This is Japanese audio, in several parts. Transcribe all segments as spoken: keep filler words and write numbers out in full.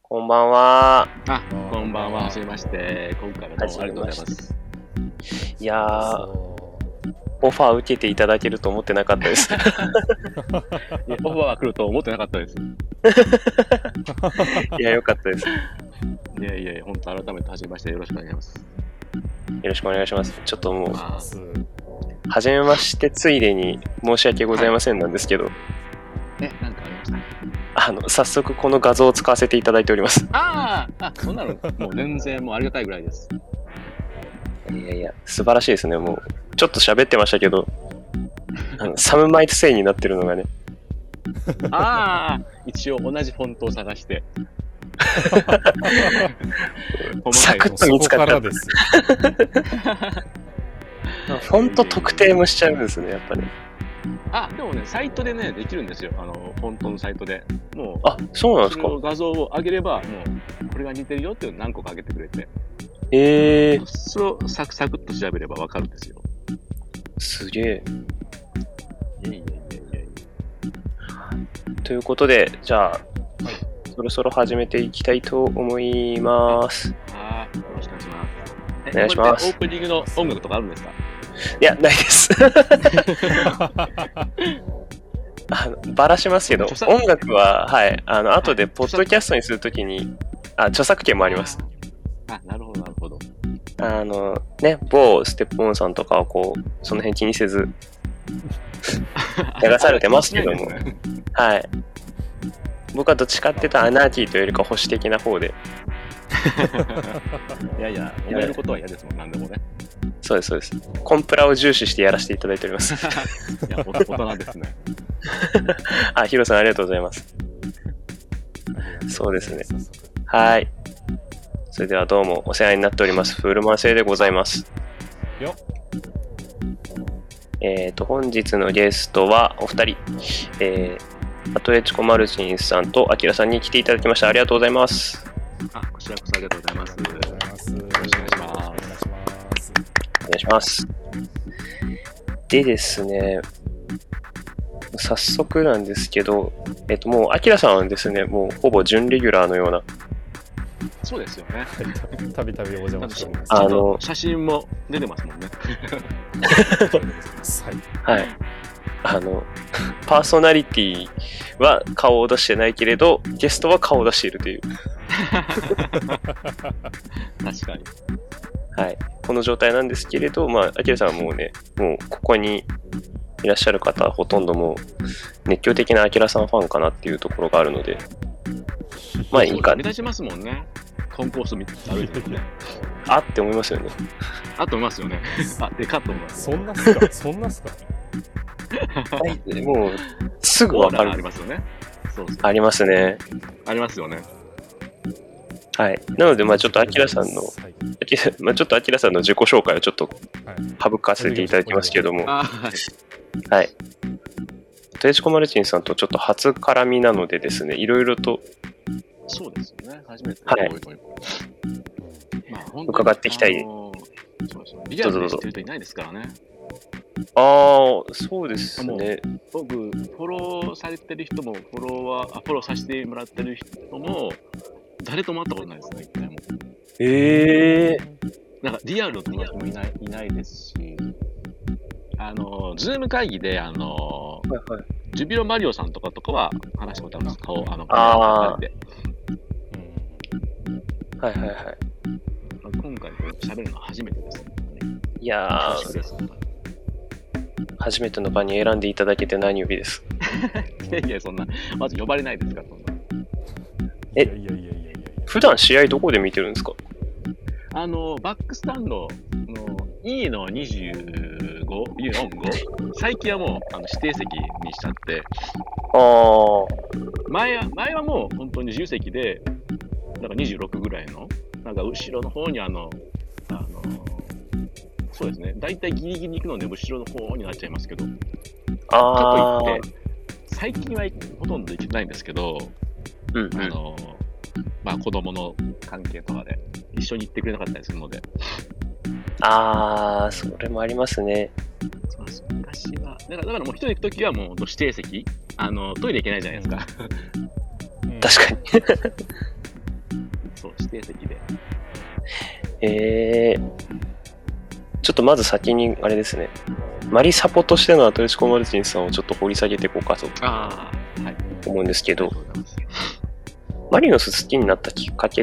こんばんは。 あ、こんばんは。はじめまして。今回はどうもありがとうございます。 いやー、オファー受けていただけると思ってなかったです。 いやオファーが来ると思ってなかったです。 いや、よかったです。 いやいやいや、本当改めてはじめまして。よろしくお願いします。 よろしくお願いします。ちょっともう、はじめましてついでに申し訳ございませんなんですけど、 え、なんかありました？ あの、早速この画像を使わせていただいております。 ああ、あ、そんなの、もう全然もうありがたいぐらいです。 いやいや、素晴らしいですね。もう、ちょっと喋ってましたけど、あのサムマイトセイになってるのがね。 ああ、一応同じフォントを探して。 サクッと見つかったんです。フォント特定もしちゃうんですね、やっぱね。 あ、でもね、サイトでね、できるんですよ。あの、フォントのサイトで。もう、 あ、そうなんですか。 その画像を上げれば、もう、これが似てるよっていうのを何個か上げてくれて。 ええー。 それをサクサクっと調べればわかるんですよ。 すげえ。いやいやいやいやいや。ということで、じゃあ、はい、そろそろ始めていきたいと思います。 はい、よろしくお願いします。 お願いします。 オープニングの音楽とかあるんですか？ いや、ないです。あのバラしますけど、音楽は、はい、あの、後でポッドキャストにするときに、あ、著作権もあります。 あ、なるほど、なるほど。 あの、ね、某ステップオンさんとかはこう、その辺気にせず、流されてますけども、ね、はい。僕はどっちかっていうとアナーキーというよりか保守的な方で。 いやいや、やめることは嫌ですもん、なんでもね。 そうです、そうです。コンプラを重視してやらせていただいております。 いや、大人ですね。 あ、ヒロさんありがとうございます。そうですね。はい。それではどうもお世話になっております。フールマン製でございます。 よえっと、本日のゲストはお二人、えー、アトレチコマルチンさんとアキラさんに来ていただきました。ありがとうございます。 あ、こちらこそありがとうございます。 ありがとうございます。よろしくお願いします。 お願いします。でですね、早速なんですけど、えっと、もう、アキラさんはですね、もうほぼ準レギュラーのような。 そうですよね。 たびたびお邪魔しております。 あの、 写真も出てますもんね。 はい。あの、パーソナリティは顔を出してないけれど、ゲストは顔を出しているという。 確かに。 はい。この状態なんですけれど、まあ、アキラさんはもうね、もうここにいらっしゃる方はほとんどもう熱狂的なアキラさんファンかなっていうところがあるので、まあいいか。 目立ちますもんね。コンコース見て歩いてるね。 あって思いますよね。 あって思いますよね。あ、でかっと思います。 そんなっすかそんなっすかはい、もう、すぐわかる。 ありますよね。そうそう。 ありますね。 ありますよね。 はい。なので、まあちょっとアキラさんの、はい、まあちょっとアキラさんの自己紹介をちょっと省かせていただきますけども、 はい。 はい。トレチコマルチンさんとちょっと初絡みなのでですね、いろいろと、 そうですよね。初めて。 はい。 まあ、 伺っていきたい。 あのー、そうそう。リアルで知ってる人いないですからね。 ああ、そうですね。 僕、フォローされてる人も、フォロワー、あ、フォローさせてもらってる人も、誰とも会ったことないですね、一回も。 ええー。 なんか、リアルの友達もいない、いないですし、あの、ズーム会議で、あの、はいはい、ジュビロマリオさんとかとかは話したことあるんです。顔、あの、 ああ。 で。 はいはいはい。 今回喋るのは初めてですね。 いやー、初めての場に選んでいただけて何よりです。 いやいや、そんな、まず呼ばれないですから、そんな。 え、いやいやいやいや普段試合どこで見てるんですか？ あの、バックスタンドの E のにじゅうご、よんじゅうご、最近はもうあの指定席にしちゃって、 あー。 前は、前はもう本当に自由席で、なんかにじゅうろくぐらいの、なんか後ろの方にあの、あの、そうですね、だいたいギリギリに行くので後ろの方になっちゃいますけど、 あー。 かといって、最近はほとんど行けないんですけど、 うんうん、 あの、まあ子供の関係とかで一緒に行ってくれなかったりするので。 あー、それもありますね。 そうそう、昔は。だから、だからもう一人行くときはもう指定席、あの、トイレ行けないじゃないですか。 確かに。 そう、指定席で。 えー、ちょっとまず先にあれですね、マリサポとしてのアトレチコ・マルティンさんをちょっと掘り下げていこうかとああ、はい。 思うんですけど、 ありがとうございます。 マリノス好きになったきっかけって、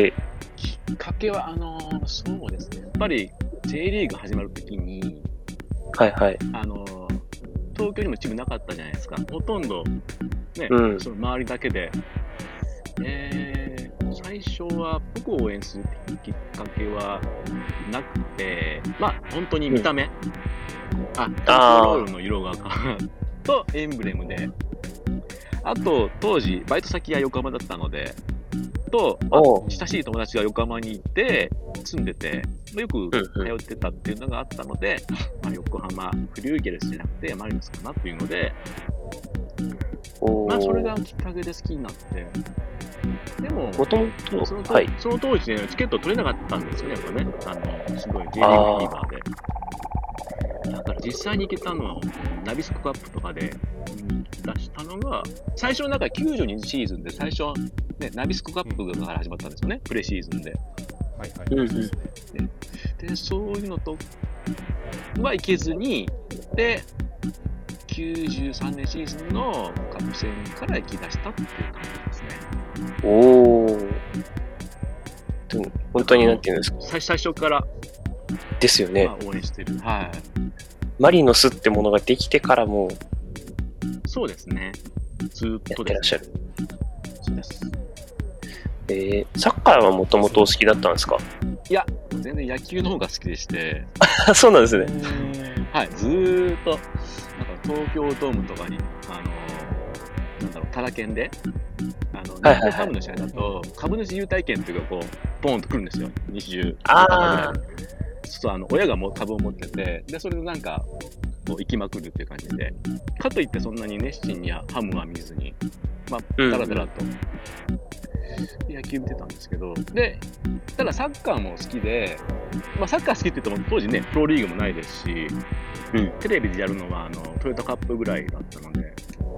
きっかけは、あのーそうですね。やっぱり J リーグ始まるときに、 はいはい。 あのー東京にもチームなかったじゃないですか。ほとんど、ね、 うんその周りだけで。えー、最初は僕を応援するきっかけはなくて、まあ、本当に見た目。あ、コントロールの色がとエンブレムで、あと、当時、バイト先が横浜だったので、と、まあおう親しい友達が横浜にいて、住んでて、まあよく通ってたっていうのがあったので、まあ、横浜、フリューゲルスじゃなくて、マリノスかなっていうので、 おまあ、それがきっかけで好きになって、でも、 もともと、 その当はい。 その当時ね、チケット取れなかったんですよね、やっぱね。あの、すごい J リーグフィーバーで。だから実際に行けたのは、ナビスコカップとかで、うん出したのが、最初の中きゅうじゅうにシーズンで、最初、ね、ナビスコカップから始まったんですよね、プレシーズンで。 はいはい。 うんうんそうですね。 で、そういうのとはいけずに、で、きゅうじゅうさんねんシーズンのカップ戦から行き出したっていう感じですね。 おー。でも本当になんていうんですか。 最最初から、 ですよねま。あ、応援してる。はい。 マリノスってものができてからもうそうですね。ずーっやとです、 ってらっしゃる。 そうです。 えー、サッカーはもともとお好きだったんですか？ いや、全然野球の方が好きでして、 あ、そうなんですね。 はい、ずーっと、なんか東京ドームとかに、あのー、なんだろう、タラ券で、あの、 はいはいはい日本ハムの試合だと、株主優待券っていうか、こう、ボーンと来るんですよ。にじゅうあー。 そう、あの、親がもう株を持ってて、で、それでなんか、こう行きまくるっていう感じで、かといってそんなに熱心にはハムは見ずに、まあ、 うんだらだらと、野球見てたんですけど、で、ただサッカーも好きで、まあ、サッカー好きって言っても当時ね、プロリーグもないですし、 うんテレビでやるのはあのトヨタカップぐらいだったので、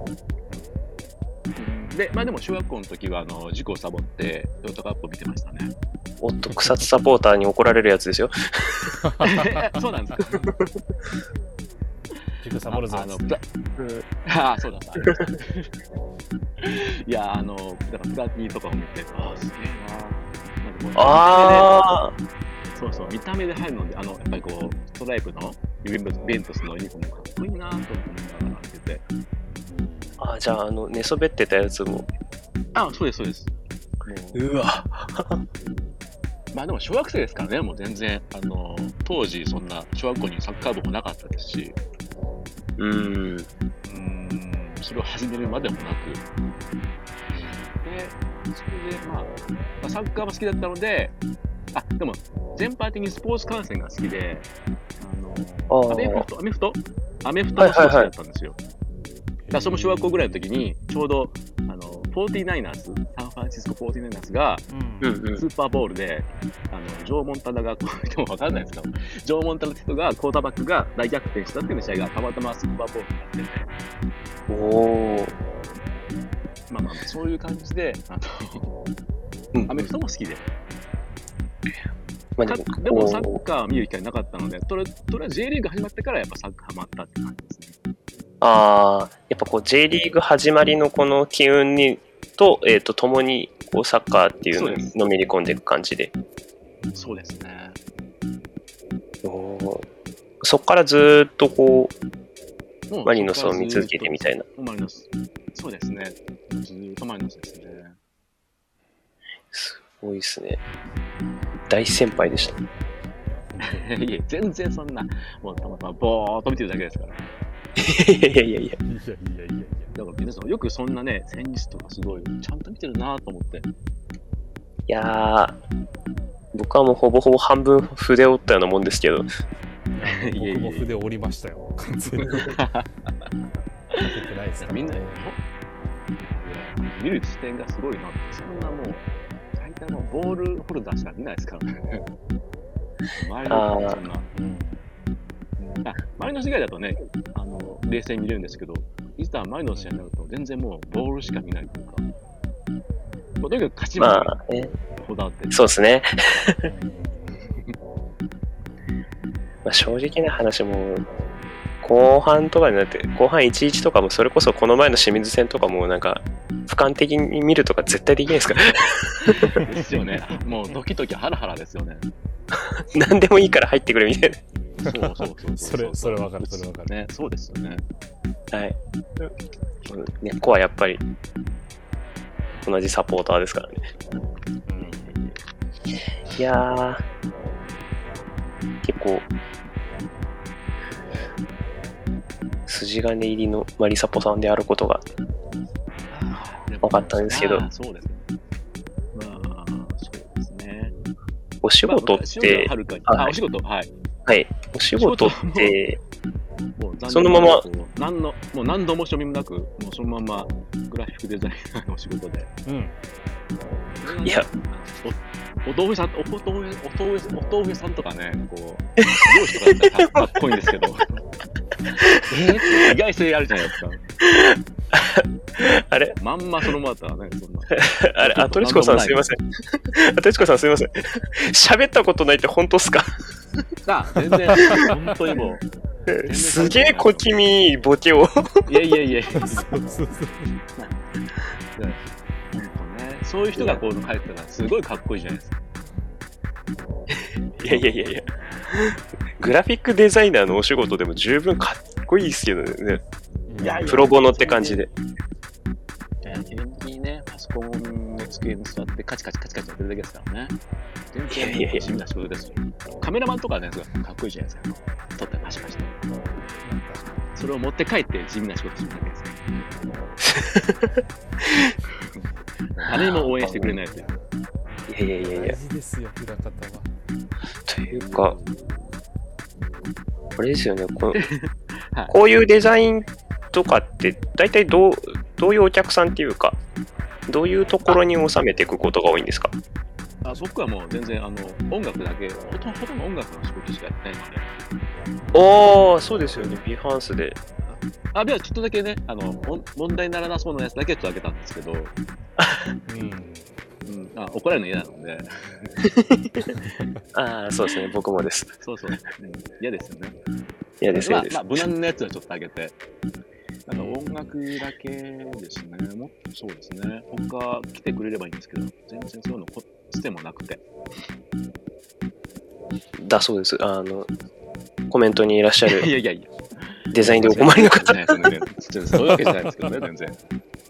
うんで、まあでも小学校の時はあの塾をサボってトヨタカップを見てましたね。 おっと、草津サポーターに怒られるやつですよ。 そうなんですか。 塾サボるぞああのっつってああ、そうだった。ありましたねいや、あの、だからプラティとかを見て、ああ、すげえな。なんかもうあそうそう、見た目で入るので、あの、やっぱりこう、ストライプのユベンベントスのユニフォームかっこいいなと思いながら見てて。 ー。あ、じゃあ、あの、寝そべってたやつも。 あ、そうです、そうです。もううわ。 まあでも小学生ですからね、もう全然、あの、当時そんな小学校にサッカー部もなかったですし、 うーん。 うーん、それを始めるまでもなく、で、それで、まあ、まあサッカーも好きだったので、あ、でも、全般的にスポーツ観戦が好きで、あの、 あーアメフト、アメフトアメフトもすごい好きだったんですよ。だからその小学校ぐらいの時に、ちょうど、あの、フォーティーナイナーズ、サンフランシスコフォーティーナイナーズが、 うんうんうんス。ーパーボールで、あの、ジョー・モンタナが、こう、でもわかんないですけど、ジョー・モンタナって人が、クォーターバックが大逆転したっていう試合がたまたまスーパーボールになってて、 おー。 まあまあ、そういう感じで、あの、 うんアメフトも好きで、 まあ、 かでもでもサッカーを見る機会なかったので、とりとりあえず J リーグ始まってからやっぱサッカーハマったって感じですね。 ああ、やっぱこう J リーグ始まりのこの機運にと、えっ、と、共にこうサッカーっていうのにのめり込んでいく感じで。 そうですね。 おーそっからずーっとこう、 もうマリノスを見続けてみたいな。 マリノス。そうですね。ずーっとマリノスですね。 すごいですね。大先輩でした。 いえ、全然そんな、もうたまたまぼーっと見てるだけですから。 いやいやいやいや。 いやいやいやいや。 だから皆さんよくそんなね、戦術とかすごい、ちゃんと見てるなと思って。 いやー、僕はもうほぼほぼ半分筆を折ったようなもんですけど。 いや僕も筆折りましたよ、完全に。負けてないですからねみんな、見る視点がすごいなって、そんなもう、大体もうボールホルダーしか見ないですからね。周りのそんな。 うんあ、前の試合だとね、あの、冷静に見れるんですけど、いざ前の試合になると全然もうボールしか見ないというか、もうとにかく勝ち負まあね、 こだわってる。 そうですね。まあ正直な話も、後半とかになって、後半いちいちとかも、それこそこの前の清水戦とかも、なんか、俯瞰的に見るとか絶対できないですから。 ですよね。もうドキドキハラハラですよね。 何でもいいから入ってくれみたいな。 そうそうそうそう。 それ、それわかる、それわかる。 ね、そうですよね。 はい。根っこはやっぱり、同じサポーターですからね。 うん、 いやー、結構、筋金入りのマリサポさんであることが分かったんですけど、 そうですね。まあ、そうですね。 お仕事って、 あ、お仕事、はい。 はい。お仕事って、 もうそのまま、 何の、もう何度も庶民もなく、もうそのままグラフィックデザイナーのお仕事で。 うん。 いや、 お豆腐さん、お豆腐、お豆腐、お豆腐さんとかね、こう、漁師とかだったらかっこいいんですけど。えー、意外性あるじゃないですか。 あれまんまそのままだったらね、そんな。 あれ、あとりちこさんすいません。あとりちこさんすいません。喋ったことないって本当っすか？ あ、全然、本当にもう。すげえ小気味いいボケを。 いやいやいや。 そうそうそう。 そういう人がこう書いてたらすごいかっこいいじゃないですか。 いやいやいやいや。グラフィックデザイナーのお仕事でも十分かっこいいですけどね。いやいやプロボノって感じで。 いや、基本的にね、パソコンの机に座ってカチカチカチカチやってるだけですからね。全然地味な仕事ですよ。カメラマンとかね、すごいかっこいいじゃないですか。撮ってパシパシと。それを持って帰って地味な仕事するだけですから。誰も応援してくれないですよ。 いやいやいやいや。 大事ですよ、裏方は。 というか、あれですよね、このはい、こういうデザインとかって、大体どう、どういうお客さんっていうか、どういうところに収めていくことが多いんですか？ あ、僕はもう全然あの音楽だけ、ほとんど音楽の仕事しかやってないので。 ああ、そうですよね、ビハンスで。 あ、ではちょっとだけね、あの、問題にならなそうなやつだけちょっとあげたんですけど、うんうん、あ、怒られるの嫌なので。 ああ、そうですね、僕もです。 そうそう、うん、嫌ですよね。 嫌ですよね。 まあ、まあ、無難なやつはちょっとあげて、あの音楽だけですね、もっとそうですね、他来てくれればいいんですけど、全然そういうのこつてもなくて。 だそうです。あの、コメントにいらっしゃる。 いやいやいや。 デザインでお困りの方。 そういうわけじゃないですけどね、全然。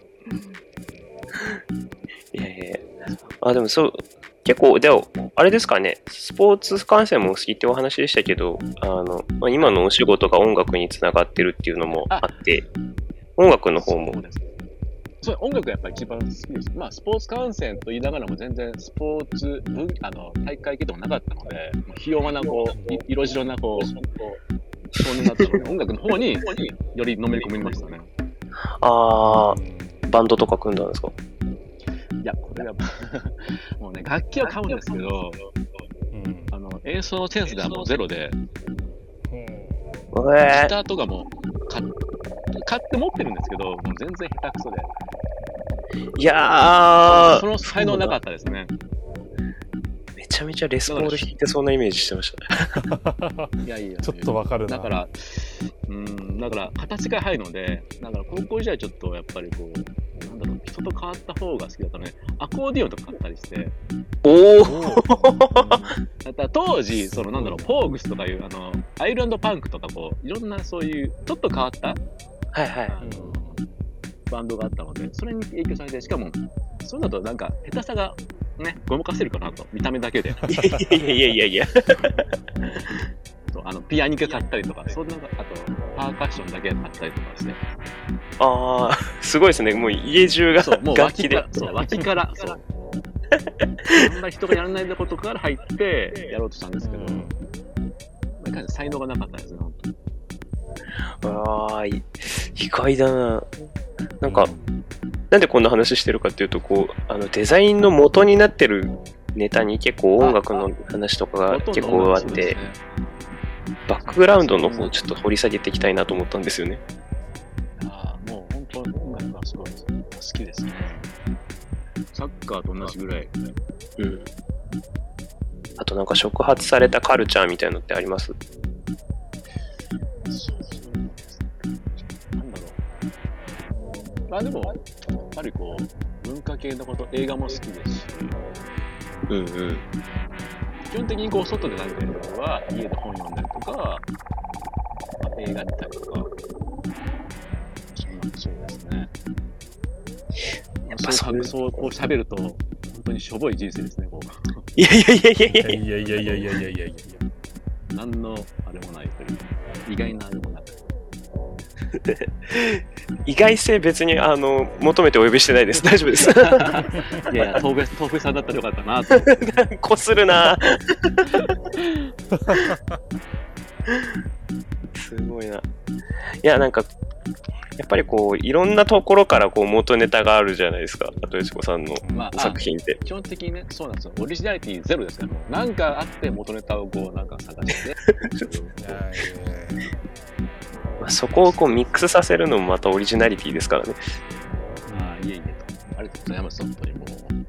いやいやいや。あ、でもそう、結構、でも、あれですかね、スポーツ観戦も好きってお話でしたけど、あの、まあ、今のお仕事が音楽につながってるっていうのもあって、音楽の方も。 そうです。そう、音楽がやっぱり一番好きです。まあ、スポーツ観戦と言いながらも全然スポーツ分、あの、大会系でもなかったので、ひ弱な、こう、色白な、こう、少年だったので、音楽の方によりのめり込みましたね。 あー、バンドとか組んだんですか？ いや、これが、もうね、楽器は買うんですけど、うん、あの演奏のセンスがもうゼロで、 えー、ギターとかも買って持ってるんですけど、もう全然下手くそで。 いやー、 その才能なかったですね。 めちゃめちゃレスポール弾いてそうなイメージしてましたね。いやいや、 ちょっとわかるな。 だから、うん、だから形が入るので、だから高校時代ちょっとやっぱりこう、なんだろう、人と変わった方が好きだったので、アコーディオンとか買ったりして。 おお。 だから当時、そのなんだろう、ポーグスとかいう、あの、アイルランドパンクとかこう、いろんなそういう、ちょっと変わった、 はいはい。 あのバンドがあったので、それに影響されて、しかも、そうだとなんか、下手さがね、ごまかせるかなと、見た目だけで。 いやいやいやいやいや。 あのピアニカ買ったりとか、そんな、あと、パーカッションだけ買ったりとかして。 ああ、すごいですね。もう家中が楽器で。 そう、脇から、そう。あんまり人がやらないことから入ってやろうとしたんですけど、うん、才能がなかったですね、本当に。 ああ、意外だな。なんか、なんでこんな話してるかっていうと、こう、あのデザインの元になってるネタに結構音楽の話とかが結構あって、バックグラウンドの方をちょっと掘り下げていきたいなと思ったんですよね。 ああ、もう本当に音楽がすごい好きですね。作カーと同じぐらい。 うん。あとなんか触発されたカルチャーみたいなのってあります？ そうそうですね。なんだろう。まあでも、やっぱりこう、文化系のこと、映画も好きですし、 うんうん。 基本的にこう、外でなんかやるときは、家で本読んだりとか、まあ、映画見たりとか、そんな、そうですね。やっぱそう、そうこう喋ると、本当にしょぼい人生ですね、こう。 いやいやいやいやいやいやいやいやいやいやいやいやいや。 何のあれもないというか、意外なあれもなく。 意外性別にあの求めてお呼びしてないです。大丈夫です。 いやいや、豆腐、豆腐さんだったらよかったなと思って。 こするな。すごいな。いや、なんか、やっぱりこう、いろんなところからこう元ネタがあるじゃないですか。あとよしこさんの作品って。 まあ、基本的にね、そうなんですよ。オリジナリティゼロですから、もうなんかあって元ネタをこう、なんか探して。 まあ、そこをこうミックスさせるのもまたオリジナリティですからね。 ああ、いえいえと。ありがとうございます、本当にもう。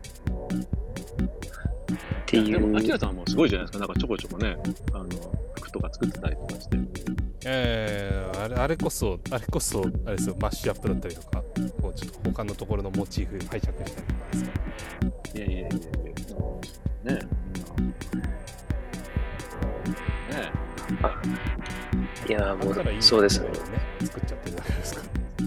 っていう。 でも、アキラさんはもうすごいじゃないですか。なんかちょこちょこね、あの、服とか作ってたりとかして。 えー、あれ、あれこそ、あれこそ、あれですよ、マッシュアップだったりとか、こうちょっと他のところのモチーフ拝借したりとかですか。 いやいやいやいや、ねえ。ねえ。 いやもういいそうですね。 作っちゃってるだけですか。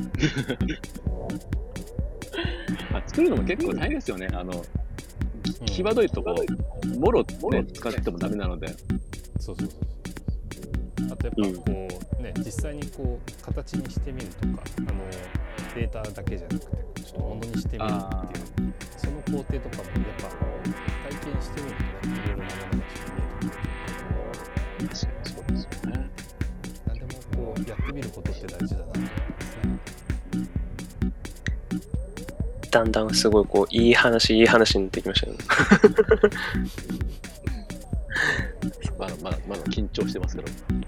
あ、作るのも結構大変ですよね。あの、際どいとこ、もろ、もろ使ってもダメなので。 そうそうそう。あとやっぱこう、うん、ね、実際にこう形にしてみるとか、あのデータだけじゃなくてちょっと物にしてみるっていうその工程とかもやっぱ体験してみるとね、いろいろなものがちょっと見えてくる。確かにそうですよね。何でもこうやってみることって大事だなと思いますね。 だんだんすごいこういい話いい話になってきましたね。 まだまだまだ緊張してますけど。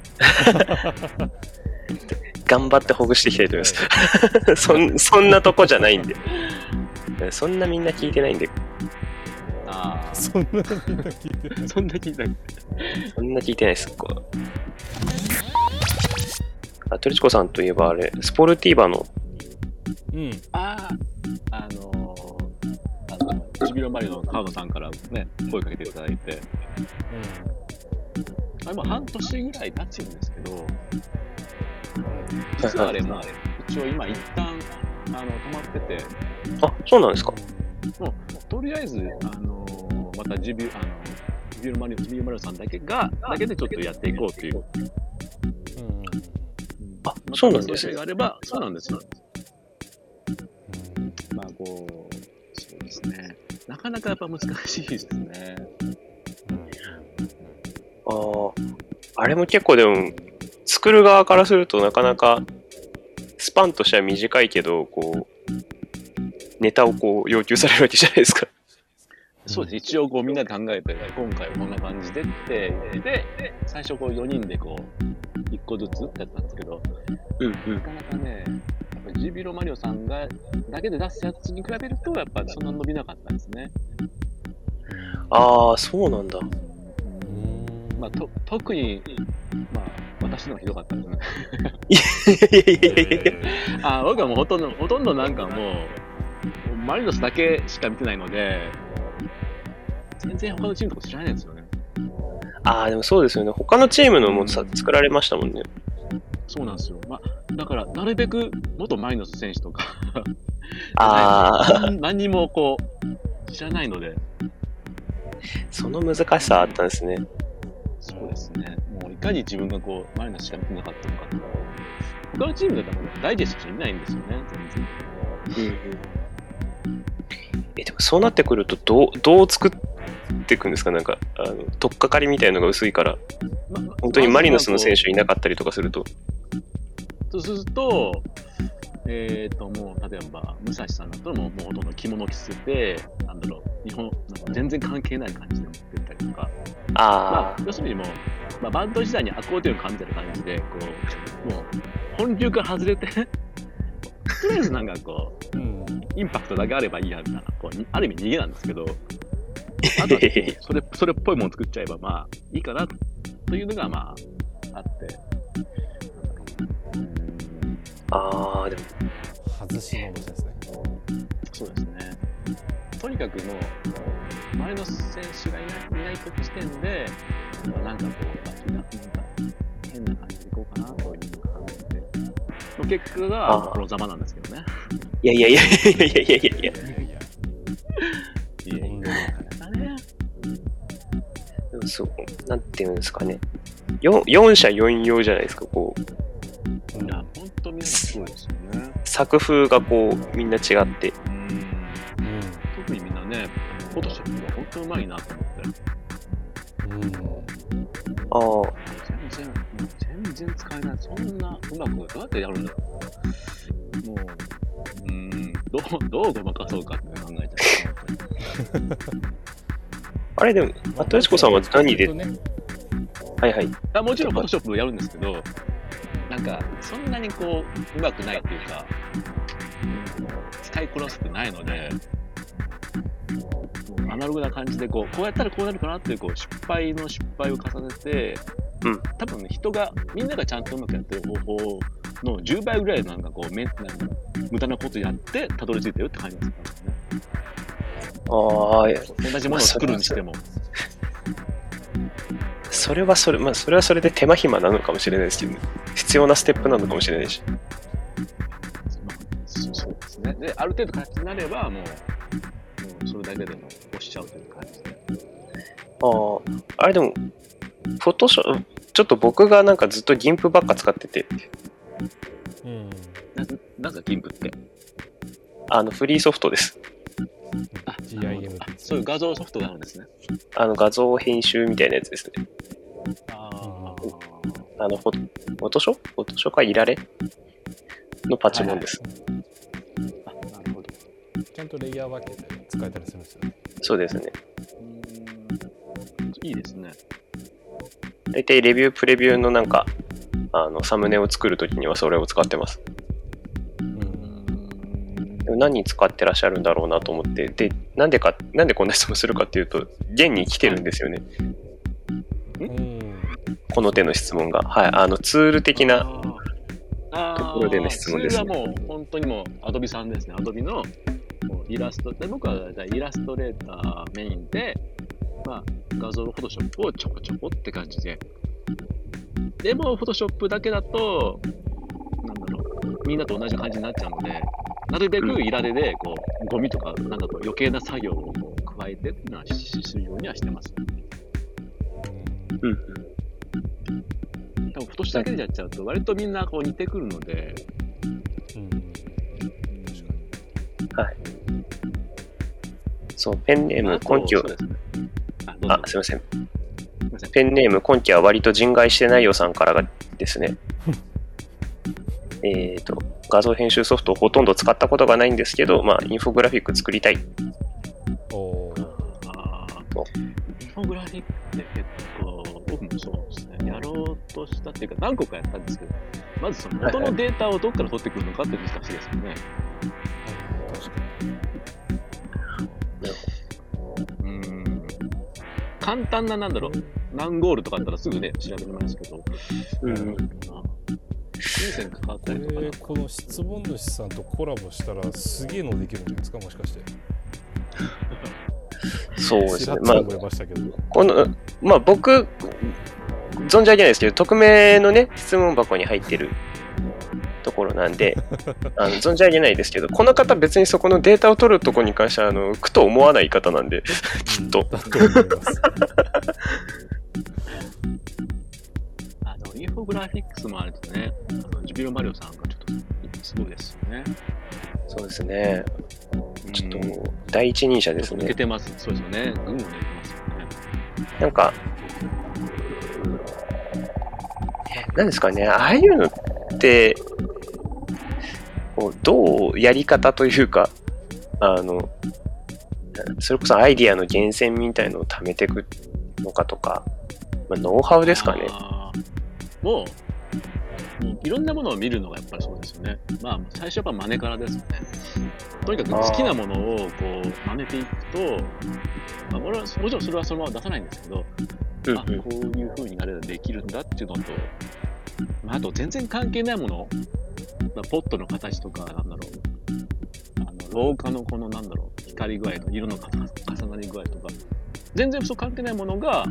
頑張ってほぐしていきたいと思います。そんそんなとこじゃないんで。そんなみんな聞いてないんで。 ああ。 そんなみんな聞いてない。 そんな聞いてない。 そんな聞いてないです。こうあトリチコさんといえばあれスポルティーバの。 うん。 ああ。あのー、あのジュビロマリノの川野さんからね声かけていただいて。うん。あれも半年ぐらい経つんですけど、実はあれも一応今一旦あの止まってて、 あ、そうなんですか。 もうとりあえずあのまたジュビあのジュビロマリノジュビロマリノさんだけがだけでちょっとやっていこうという。うん、 あ、そうなんですね。があればそうなんですよ。まあこうそうですね。なかなかやっぱ難しいですね。 ああ、あれも結構でも作る側からするとなかなかスパンとしては短いけどこうネタをこう要求されるわけじゃないですか。 そうです。一応こうみんなで考えて今回はこんな感じでってで最初こうよにんでこういっこずつやったんですけど、 うんうん、 なかなかねやっぱジュビロマリノさんがだけで出すやつに比べるとやっぱそんな伸びなかったんですね。 ああ、そうなんだ。 まあ、と特に、まあ、私の方がひどかったですね。 いやいやいやいやあ僕はもうほとんど、ほとんどなんかもう、マリノスだけしか見てないので、全然他のチームとか知らないんですよね。 ああ、でもそうですよね。他のチームのもさ作られましたもんね。 そうなんですよ。まあ、だから、なるべく元マリノス選手とかああ何にもこう、知らないので。 その難しさあったんですね。 そうですね。もういかに自分がこう、マリノスしか見てなかったのかとか。他のチームだったらダイジェストしか見ないんですよね、全然。うん、 え、でもそうなってくると、どう、どう作っていくんですか？なんか、あの、取っかかりみたいのが薄いから、ま、本当にマリノスの選手いなかったりとかすると。 そうすると、えっと、もう、例えば、武蔵さんだったらもう、もうほとんど着物着せて、なんだろう、日本、なんか全然関係ない感じで持ってったりとか。 ああ、 まあ、要するにもう、まあ、バンド時代にアコーディオン感じてる感じで、こう、もう、本流から外れて、とりあえずなんかこう、うん、 インパクトだけあればいいやみたいな、こうある意味逃げなんですけど、あとはそれそれっぽいものを作っちゃえばまあいいかなというのがまああって、 ああでも外しのですね。 そうですね。とにかくもう前の選手がいないいない時点で、まあ、なんかこうなんか変な感じでいこうかなというのを考えて、の結果がこのざまなんですけどね。 いやいやいやいやいやいやいやいや。 いやいや。 いやいやね。 そう、なんていうんですかね。よん社よん様じゃないですか、こう。 いや、ほんとみんなそうですよね。 作風がこう、みんな違って。 うん。うん、特にみんなね、フォトショップがほんとうまいなと思って。うん。ああ。全然、全然使えない。そんなうまくどうやってやるんだろう。もう、うん、どう、どうごまかそうかって考えちゃう。 あれでも、あとよしこさんは何で、ね、はいはい。 あ、もちろんフォトショップをやるんですけど、なんか、そんなにこう、うまくないっていうか、使いこなせてないので、アナログな感じでこう、こうやったらこうなるかなっていう、こう、失敗の失敗を重ねて、うん、多分ね、人が、みんながちゃんとうまくやってる方法のじゅうばいぐらいなんかこう、めなんか無駄なことやって、たどり着いてるって感じですね。 ああ、 同じものを作るにしても。 それはそれ、まあ、それはそれで手間暇なのかもしれないですけど、ね、必要なステップなのかもしれないし。 そうですね。で、ある程度形になれば、もう、もうそれだけでも押しちゃうという感じで。 ああ、あれでも、フォトショー、ちょっと僕がなんかずっとギンプばっか使ってて。 うん。な、なんかギンプって。 あの、フリーソフトです。 あ、ジーアイエム、あ、そういう画像ソフトがあるんですね。 あの画像編集みたいなやつですね。ああのフォ、フォトショーフォトショーかいられのパチモンです。はいはい、 あ、なるほど。 ちゃんとレイヤー分けて使えたりするんですよね。 そうですね。 いいですね。 だいたいレビュープレビューのなんかあのサムネを作るときにはそれを使ってます。何に使ってらっしゃるんだろうなと思って、で、なんでか、なんでこんな質問するかっていうと、現に来てるんですよね。この手の質問が。はい、あの、ツール的なところでの質問ですね。 それはもう、本当にもう、アドビさんですね。アドビのイラストで、僕はイラストレーターメインで、まあ、画像フォトショップをちょこちょこって感じで。でも、フォトショップだけだと、なんだろう、みんなと同じ感じになっちゃうので、なるべくいられでこうゴミとかなんかこう余計な作業をこう加えてっていうのはするようにはしてます。うん。多分フォトシだけでやっちゃうと割とみんなこう似てくるので。うん。 はい。そう、ペンネーム今期は、ね、あ, あ、すみません。ペンネーム今期は割と人外してないよさんからがですね。えっと。画像編集ソフトをほとんど使ったことがないんですけど、まあ、インフォグラフィック作りたい。 おあインフォグラフィックって結構、僕もそうですね、やろうとしたっていうか、何個かやったんですけど、まずその元のデータをどこから取ってくるのかって難しいですよね。確かに。うん。簡単な、なんだろう、何ゴールとかあったらすぐね、調べられますけど。うん。うんこれこの質問主さんとコラボしたらすげえのできるんじゃないですか、もしかして。 そうですね。まあ、 ましたけどこのまあ僕存じ上げないですけど、匿名のね質問箱に入ってるところなんで、あの存じ上げないですけど、この方別にそこのデータを取るところに関してはあの苦と思わない方なんで、きっと。だと思います。 インフォグラフィックスもあるとね、あのジュビロマリオさんがちょっとすごいですよね。 そうですね。ちょっともう第一人者ですね。 抜けてます。そうですよね。群を抜いてますよね。 なんか、なんですかね、ああいうのってこうどうやり方というか、あのそれこそアイディアの源泉みたいのを貯めていくのかとか、まあ、ノウハウですかね。 もういろんなものを見るのがやっぱりそうですよね。まあ、最初はやっぱ真似からですよね。とにかく好きなものをこう真似ていくと、まあ、俺はもちろんそれはそのまま出さないんですけど、 うんうん、 あ、こういう風になればできるんだっていうのと、まあ、あと全然関係ないもの、まあ、ポットの形とか、なんだろう、あの廊下のこのなんだろう、光具合と色の重なり具合とか、全然そう関係ないものが、うん、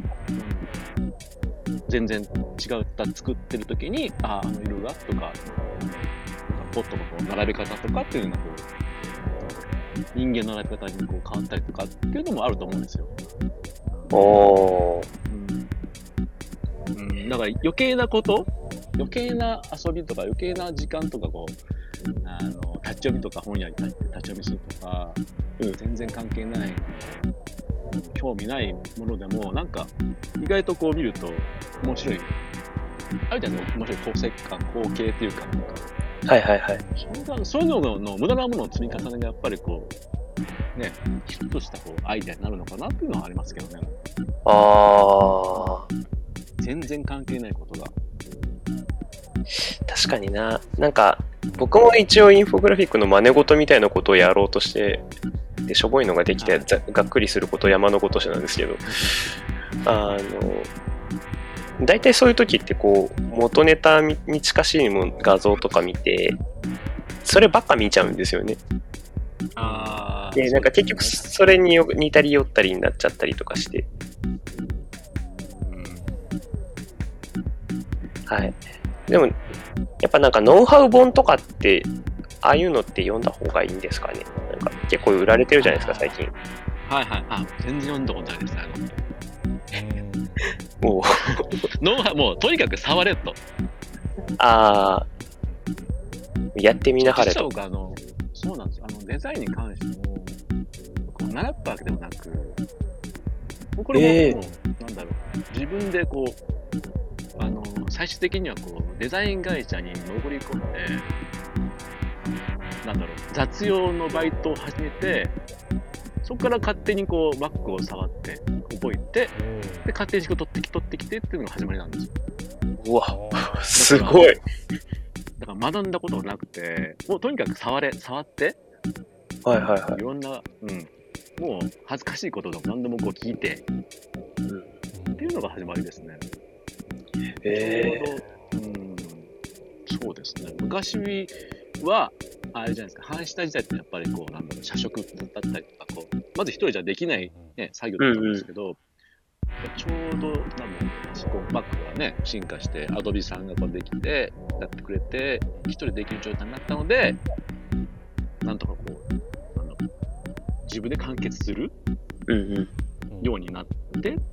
全然違った作ってる時に、あ、あの色がとか、ポットのこう並べ方とかっていうのがこう人間の並べ方にこう変わったりとかっていうのもあると思うんですよ。 おー、 うんうん、だから余計なこと余計な遊びとか余計な時間とかこうあの立ち読みとか本屋に立って立ち読みするとか、うん、全然関係ない興味ないものでもなんか意外とこう見ると面白いあるじゃないですか。面白い構成感光景っていうかなんかはいはいはい。 そういうのの無駄なものの積み重ねがやっぱりこうねきちっとしたこうアイデアになるのかなっていうのはありますけどね。 あー、 全然関係ないことが確かにな。なんか僕も一応インフォグラフィックの真似事みたいなことをやろうとしてでしょぼいのができて、はい、がっくりすること山のごとしなんですけどあの大体そういう時ってこう元ネタに近しいも画像とか見てそればっか見ちゃうんですよね。 あでなんか結局それに似たり寄ったりになっちゃったりとかして、うん、はい。でもやっぱなんかノウハウ本とかってああいうのって読んだ方がいいんですかね。なんか結構売られてるじゃないですか最近。 はいはい。あ、全然読んだことないです。あのもうノウハウもうとにかく触れと。 ああ、やってみなはれと。 あのそうなんです。あのデザインに関してもこう習ったわけでもなく、これも、えー、なんだろう自分でこうあの最終的にはこうデザイン会社に潜り込んで、なんだろう雑用のバイトを始めて。そこから勝手にこうバッグを触って覚えて、で勝手に仕事取ってき取ってきてっていうのが始まりなんですよ。 うわ、すごい。 だから学んだことがなくて、もうとにかく触れ触って、 はいはいはい。 いろんな、うん、もう恥ずかしいことでも何でもこう聞いて、うん、っていうのが始まりですね。 えー、ちょうど、うん、そうですね。昔はあれじゃないですか、半下時代ってやっぱりこうなんだろう社食だったりとかこうまず一人じゃできない、ね、作業だったんですけど、うんうん、ちょうどなんだろうパソコンバッグがね進化してアドビさんがこうできてやってくれて一人できる状態になったのでなんとかこうなんだろう自分で完結するようになって、うんうん、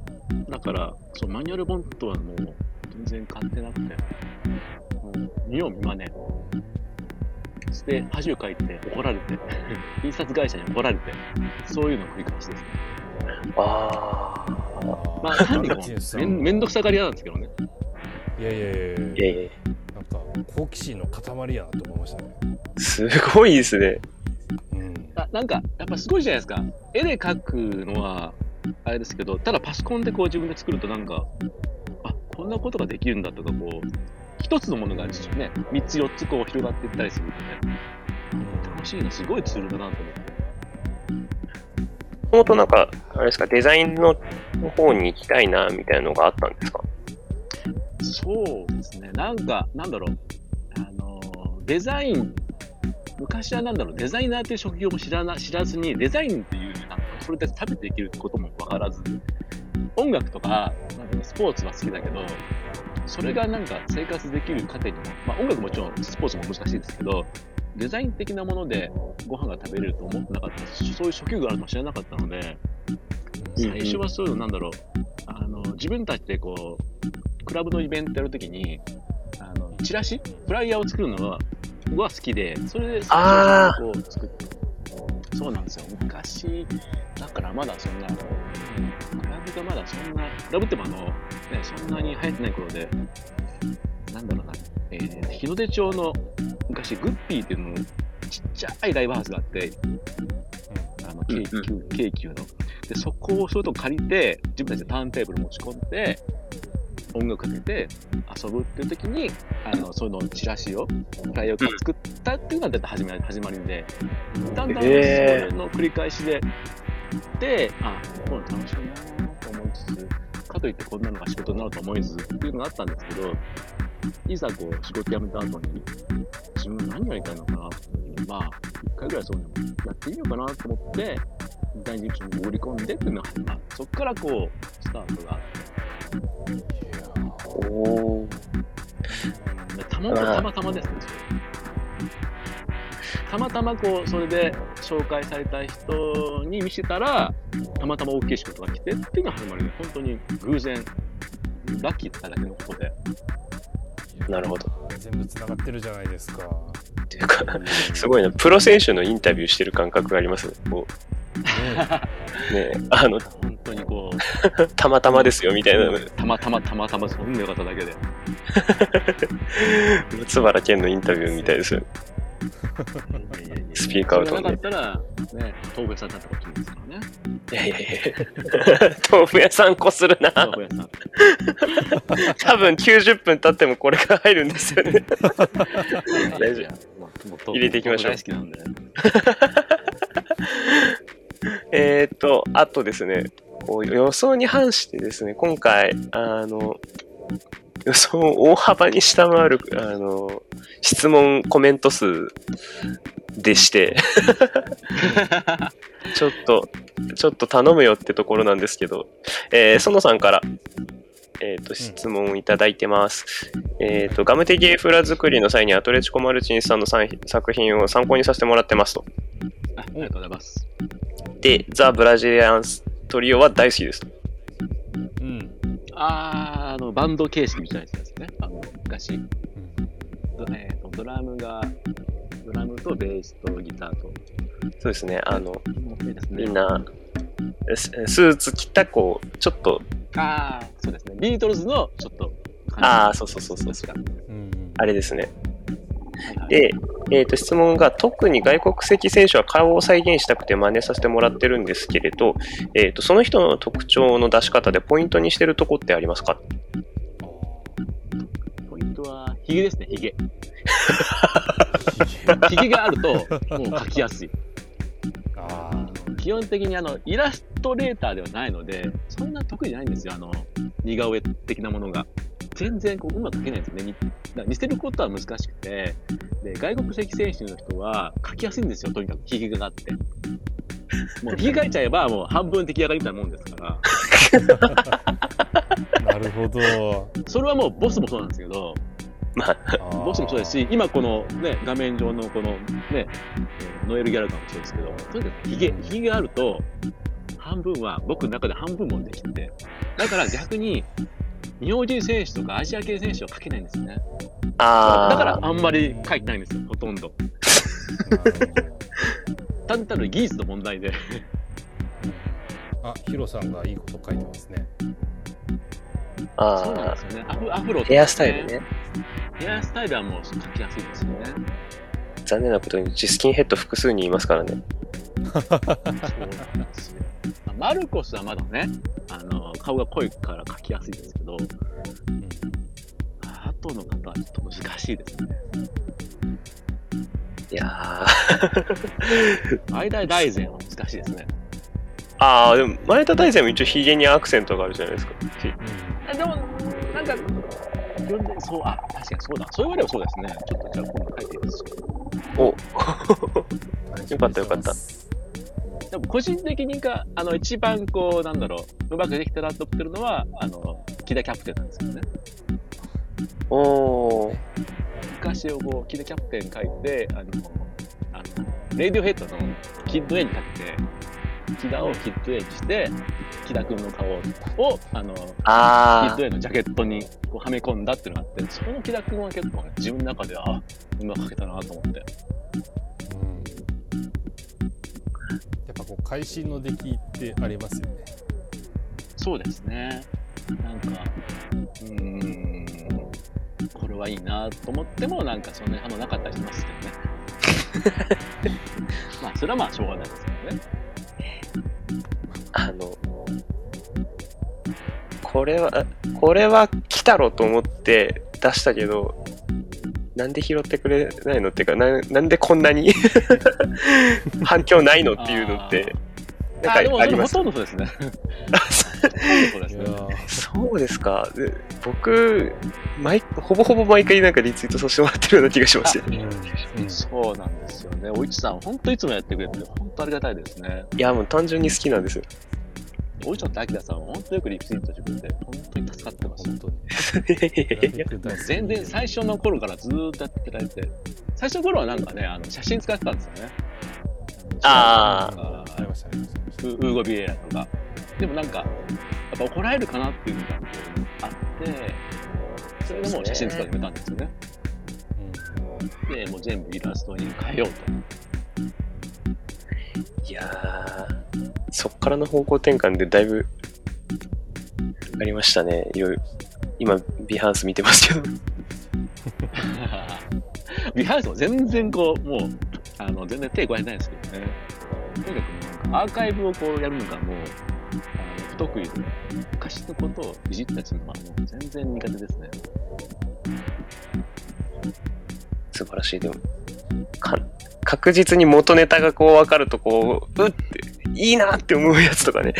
だからそのマニュアル本とはもう全然買ってなくてもう見よう見まねで恥をかいて怒られて印刷会社に怒られてそういうのを繰り返しですね。 ああまあ単にもめんめんどくさがり屋なんですけどね。 いやいやいやいやいやなんか好奇心の塊やなと思いましたね。 すごいですね。 うん、あなんかやっぱすごいじゃないですか。絵で描くのはあれですけどただパソコンでこう自分で作るとなんかあこんなことができるんだとかこう一つのものがですね、三つ四つこう広がっていったりするので、楽しいのすごいツールだなと思って。 もとなんかあれですかデザインの方に行きたいなみたいなのがあったんですか？ そうですね。なんかなんだろうあのデザイン昔はなんだろうデザイナーという職業も知らな知らずにデザインっていうなんかそれで食べていけることも分からず、音楽とかなんかスポーツは好きだけど。それがなんか生活できる糧にも、まあ、音楽ももちろんスポーツも難しいですけどデザイン的なものでご飯が食べれると思ってなかったしそういう職業があるとも知らなかったので最初はそういうのなんだろうあの自分たちでこうクラブのイベントやるときにあのチラシフライヤーを作るのはは好きでそれで最初にこう作ってそうなんですよ昔だからまだそんな、うん、クラブがまだそんなクラブってもあの、ね、そんなに流行ってない頃でなんだろうな、えー、日の出町の昔グッピーっていうのちっちゃいライブハウスがあって、うん、あの京急、うん、京急のでそこをそういうとこ借りて自分たちでターンテーブル持ち込んで音楽かけて遊ぶっていう時にあのそのチラシをフライヤーを作ったっていうのがだいたい始まり始まりで、だんだんそれの繰り返しでで、あ、これ楽しいなと思いつつ、かといってこんなのが仕事になると思えずっていうのがあったんですけど、いざこう仕事辞めた後に自分は何やりたいのかなっていうまあ一回ぐらいそういうのやってみようかなと思って第二事務所に潜り込んでっていうのが始まる。そっからこうスタートがあって、 おー、 たまたまたまですね。たまたまこうそれで紹介された人に見せたらたまたま大きい仕事が来てっていうのが始まるね。本当に偶然ラッキーだっただけのことで。 なるほど。 全部つながってるじゃないですか。 っていうかすごいな、プロ選手のインタビューしてる感覚がありますね。こうね、あの本当にこうたまたまですよみたいな、 たまたまたまたまそんなよかっただけで松原健のインタビューみたいですよ。スピーカーを飛んで。 それがなかったらね、豆腐屋さんだったかもしれないですからね。 いやいやいや、豆腐屋さんこするな。 豆腐屋さん。 多分きゅうじゅっぷん経ってもこれが入るんですよね。大丈夫。入れていきましょう。 大好きなんで。 えっと、あとですね、こう予想に反してですね、今回、あの、予想を大幅に下回る、あの、質問、コメント数でして、ちょっと、ちょっと頼むよってところなんですけど、えー、園さんから、えっと、質問をいただいてます。うん、えっと、ガムテゲーフラ作りの際にアトレチコマルチンさんの作品を参考にさせてもらってますと。 あ、ありがとうございます。 で、ザ・ブラジリアントリオは大好きです。 うん。あー、あの、バンド形式みたいなやつですね。あの、昔。うん、えーと、ドラムが、ドラムとベースとギターと。 そうですね、あの、 いいですね、 みんな、スーツ着た、こう、ちょっと、 ああ、そうですね。ビートルズのちょっと感じ。 ああ、そうそうそうそうそう。うん、あれですね。はいはい、で、えーと、質問が、特に外国籍選手は顔を再現したくて真似させてもらってるんですけれど、えーと、その人の特徴の出し方でポイントにしてるとこってありますか？ ポイントは、ヒゲですね、ヒゲ。ヒゲがあると、もう描きやすい。あ基本的にあのイラストレーターではないので、そんな得意じゃないんですよ、あの似顔絵的なものが。全然こううまく描けないんですよね。似, 似せることは難しくて、で外国籍選手の人は描きやすいんですよ、とにかくひげがあって。もうひげ描いちゃえばもう半分出来上がりみたいなもんですから。 なるほど。 それはもうボスもそうなんですけど、まあ、ボスもそうですし、今このね、画面上のこのね、ノエル・ギャラガーもそうですけど、とにかくヒゲ、ヒゲがあると、半分は僕の中で半分もできて、だから逆に、日本人選手とかアジア系選手は描けないんですよね。あだからあんまり描いてないんですよ、ほとんど。単なる技術の問題で。 あ、ヒロさんがいいこと書いてますね。 あそうなんですよね。アフ、アフロ、ね、 ヘアスタイルね。 ヘアスタイルはもう描きやすいですよね。 残念なことに、スキンヘッド複数人いますからね。 そうなんですよ。マルコスはまだね、あの顔が濃いから描きやすいですけど、うん、あとの方はちょっと難しいですね。 いやー。前田大然は難しいですね。 ああ、でも前田大然も一応ヒゲにアクセントがあるじゃないですか。 うん、でも、なんか、自分でそう、あ、確かにそうだ。そう言わればそうですね。ちょっとじゃあ今度書いてみますおよかったよかった。 でも個人的にか、あの、一番こう、なんだろう、うまくできたなと思ってるのは、あの、木田キャプテンなんですよね。 おー。 昔をこう、木田キャプテン書いて、あの、あのレイディオヘッドのキッド A に書いて、木田をキッド A にして、木田くんの顔を、あの、あキッド A のジャケットにこうはめ込んだっていうのがあって、その木田くんは結構ね、自分の中では、あ、うまく書けたなと思って。 やっぱこう会心の出来ってありますよね。 そうですね。なんかうーんこれはいいなと思ってもなんかそんなに反応なかったりしますけどね。まあそれはまあしょうがないですけどね。 あのこれはこれは来たろと思って出したけど、なんで拾ってくれないのっていうか、な, なんでこんなに反響ないのっていうのってなんかあります。 ほとんどそうですね。 そうですか。で僕毎ほぼほぼ毎回なんかリツイートさせてもらってるような気がしました、ねうんうん、そうなんですよね。おいちさん本当いつもやってくれて本当ありがたいですね。 いやもう単純に好きなんですよ。 おいちゃんとあきらさんは本当よくリツイートしてくれて本当に助かってます。本当に全然最初の頃からずーっとやっていただいて、最初の頃はなんかね、あの写真使ってたんですよね。 ああ、 ありましたね。 ウーゴビエラとか。でもなんかやっぱ怒られるかなっていうのがあって、それでもう写真使ってたんですよね。うん、でもう全部イラストに変えようと。 いやー、そっからの方向転換でだいぶありましたね。いろいろ今ビハンス見てますけど。 ビハンスも全然こうもうあの全然手加えないんですけどね。とにかくなんかアーカイブをこうやるのがもうあの不得意で、昔のことをいじったりするのはもう全然苦手ですね。 素晴らしい。でもか確実に元ネタがこう分かるとこううっていいなって思うやつとかね。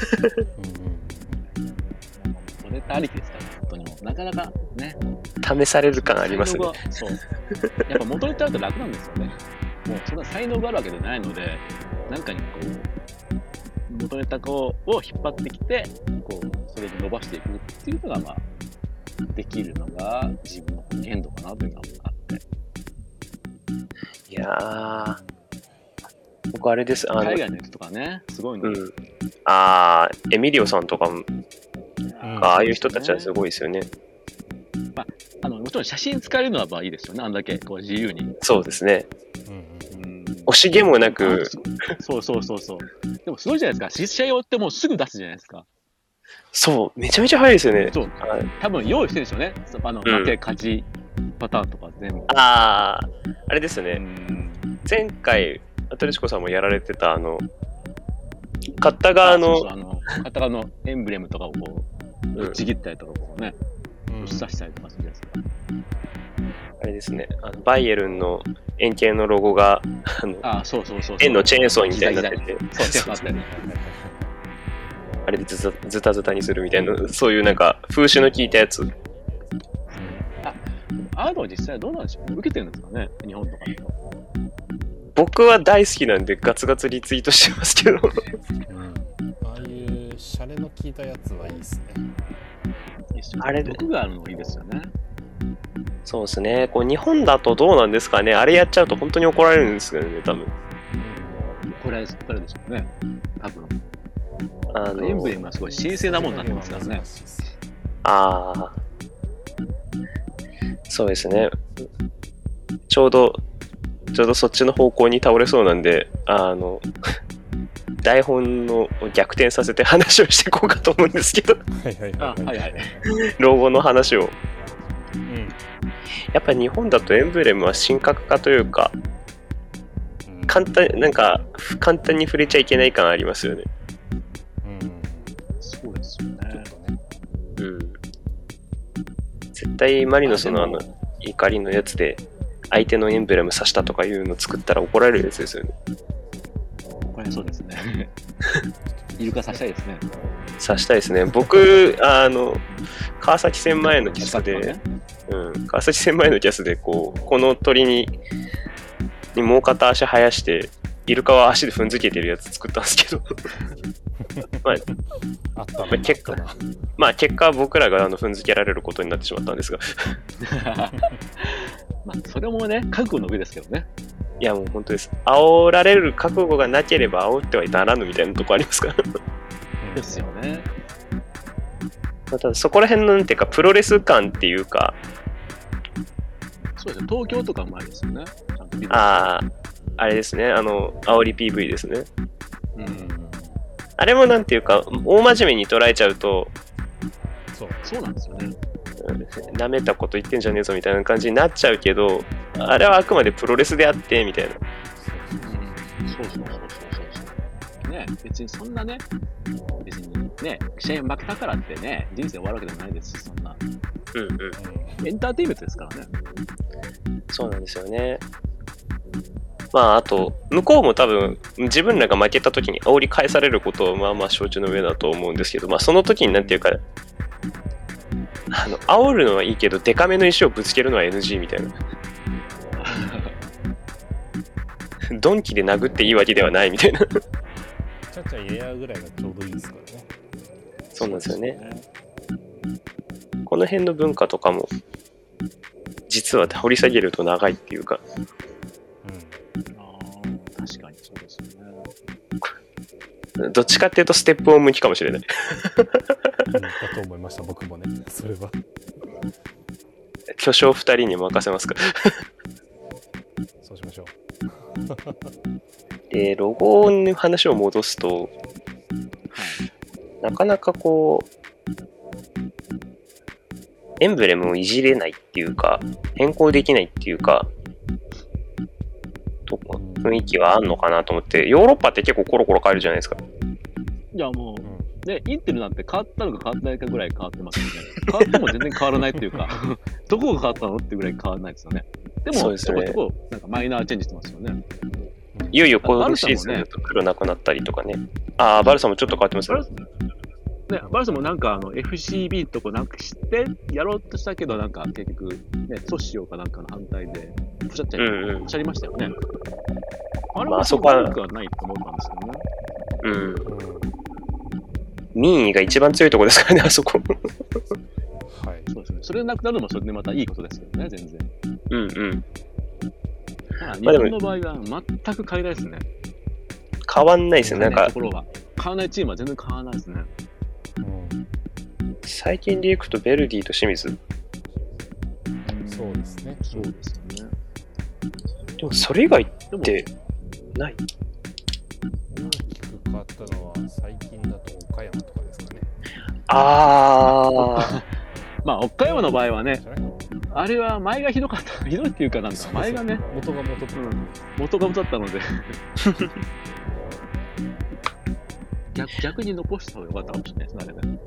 元ネタありきですから、本当にもうなかなかね試される感ありますね。 そう。やっぱ元ネタあると楽なんですよね。もうそんな才能があるわけじゃないので、なんかにこう元ネタを引っ張ってきて、こうそれで伸ばしていくっていうのがまあできるのが自分の限度かなというのがあって。 いやー、僕あれです。あの海外の人とかね、すごいの。 うん、あー、エミリオさんとかも、あ, ああいう人たちはすごいですよね。 まあ、あのもちろん写真使えるのはまあいいですよね。あんだけこう自由に。 そうですね。 うん、 惜しげもなく。 そうそうそうそう。でもすごいじゃないですか。実写用ってもうすぐ出すじゃないですか。 そう、めちゃめちゃ早いですよね。 そう。多分用意してるでしょうね。あの、負け勝ちパターンとか全部。 ああ、あれですよね。前回、新しこさんもやられてた、あの、買った側の、 そうそう、あの、買った側のエンブレムとかをこう、ちぎったりとかこうね、ぶっ刺したりとかするじゃないですか。 あれですね、あのバイエルンの円形のロゴが、あの、 あ、そうそうそうそう、 円のチェーンソーみたいになってて、 そう、チェーンソーあったよね。 あれでズタズタズタにするみたいな、そういうなんか風習の効いたやつ。 あ、アードは実際どうなんでしょう、受けてるんですかね、日本とかで。 僕は大好きなんでガツガツリツイートしてますけど、うん、 ああいうシャレの効いたやつはいいですね。 あれ毒があるのいいですよね。 そうですね。こう日本だとどうなんですかね。あれやっちゃうと本当に怒られるんですけどね、多分。 怒られるでしょうね、多分。 あのエンブレムはすごい神聖なものになってますからね。 ああ、そうですね。ちょうどちょうどそっちの方向に倒れそうなんで、あの台本の逆転させて話をしていこうかと思うんですけど、 はいはいはいはいはい、 老後の話を。 うん、 やっぱ日本だとエンブレムは神格化というか、うん、簡単なんか簡単に触れちゃいけない感ありますよね。 うん、そうですよね。ちょっとね。 うん。絶対マリノスのあの怒りのやつで相手のエンブレム刺したとかいうの作ったら怒られるやつですよね。 これそうですね。イルカ刺したいですね。 刺したいですね。僕あの川崎戦前のキャスで、ね、うん、川崎戦前のキャスでこうこの鳥ににもう片足生やしてイルカは足で踏んづけてるやつ作ったんですけど、まあ、 あったまあ、結果まあ結果僕らがあの踏んづけられることになってしまったんですが。 まあそれもね覚悟の上ですけどね。 いやもう本当です。煽られる覚悟がなければ煽ってはいならぬみたいなとこありますから。 ですよね。 またそこら辺のなんていうかプロレス感っていうか。 そうですね。東京とかもあるんですよね。 ああ、あれですね。あの煽り ピーブイ ですね。 うん。 あれもなんていうか大真面目に捉えちゃうと、 そうそうなんですよね。 なめたこと言ってんじゃねえぞみたいな感じになっちゃうけど、あれはあくまでプロレスであってみたいな。 そうそうそうそうそうそう。ね、別にそんなね、別にね、試合負けたからってね、人生終わるわけでもないですし、そんな。 うんうん。 エンターテインメントですからね。 そうなんですよね。まああと向こうも多分自分らが負けた時に煽り返されることはまあまあ承知の上だと思うんですけど、まあその時になんていうか、あの煽るのはいいけどデカめの石をぶつけるのは エヌジー みたいな。ドンキで殴っていいわけではないみたいな。 ちゃちゃ入れ合うぐらいがちょうどいいですからね。 そうなんですよね。この辺の文化とかも実は掘り下げると長いっていうか。 うん。ああ、確かにそうですよね。 どっちかっていうとステップオン向きかもしれない。 うん、だと思いました、僕もね。それは。 巨匠ふたりに任せますか。 そうしましょう。 で、ロゴの話を戻すと、なかなかこう、エンブレムをいじれないっていうか、変更できないっていうか、と雰囲気はあんのかなと思って、ヨーロッパって結構コロコロ変えるじゃないですか。 いやもう、ね、インテルなんて変わったのか変わってないかぐらい変わってますよね。変わっても全然変わらないっていうか、どこが変わったのってぐらい変わらないですよね。でも、 そうですね、 ちょこちょこなんかマイナーチェンジしてますよね。 いよいよ今シーズンだと黒なくなったりとかね。ああ、バルサもちょっと変わってますよね。 ね、バルサもなんかあの エフシービー とこなくしてやろうとしたけど、なんか結局、ね、阻止しようかなんかの反対で、ポシャっちゃい、うんうん、ポシャりましたよね。あれはそこは悪くはないと思ったんですけどね。 うん。民意が一番強いところですからね、あそこ。 はい。そうですね。それなくなるのもそれでまたいいことですけどね、全然。 うんうん。 まあ、日本の場合は全く変えないですね。 変わんないですね、なんか。 ところが変わらないチームは全然変わらないですね。 うん、最近でいくとベルディと清水。 そうですね。 そうですよね。 でもそれ以外ってない。 大きく変わったのは最近だと岡山とかですかね。 ああ。 まあ岡山の場合はね、あれは前がひどかった。ひどいっていうかなんか前がね、 元が元だった、うん、 元が元だったので逆, 逆に残した方が良かったかもしれないですね、あれね。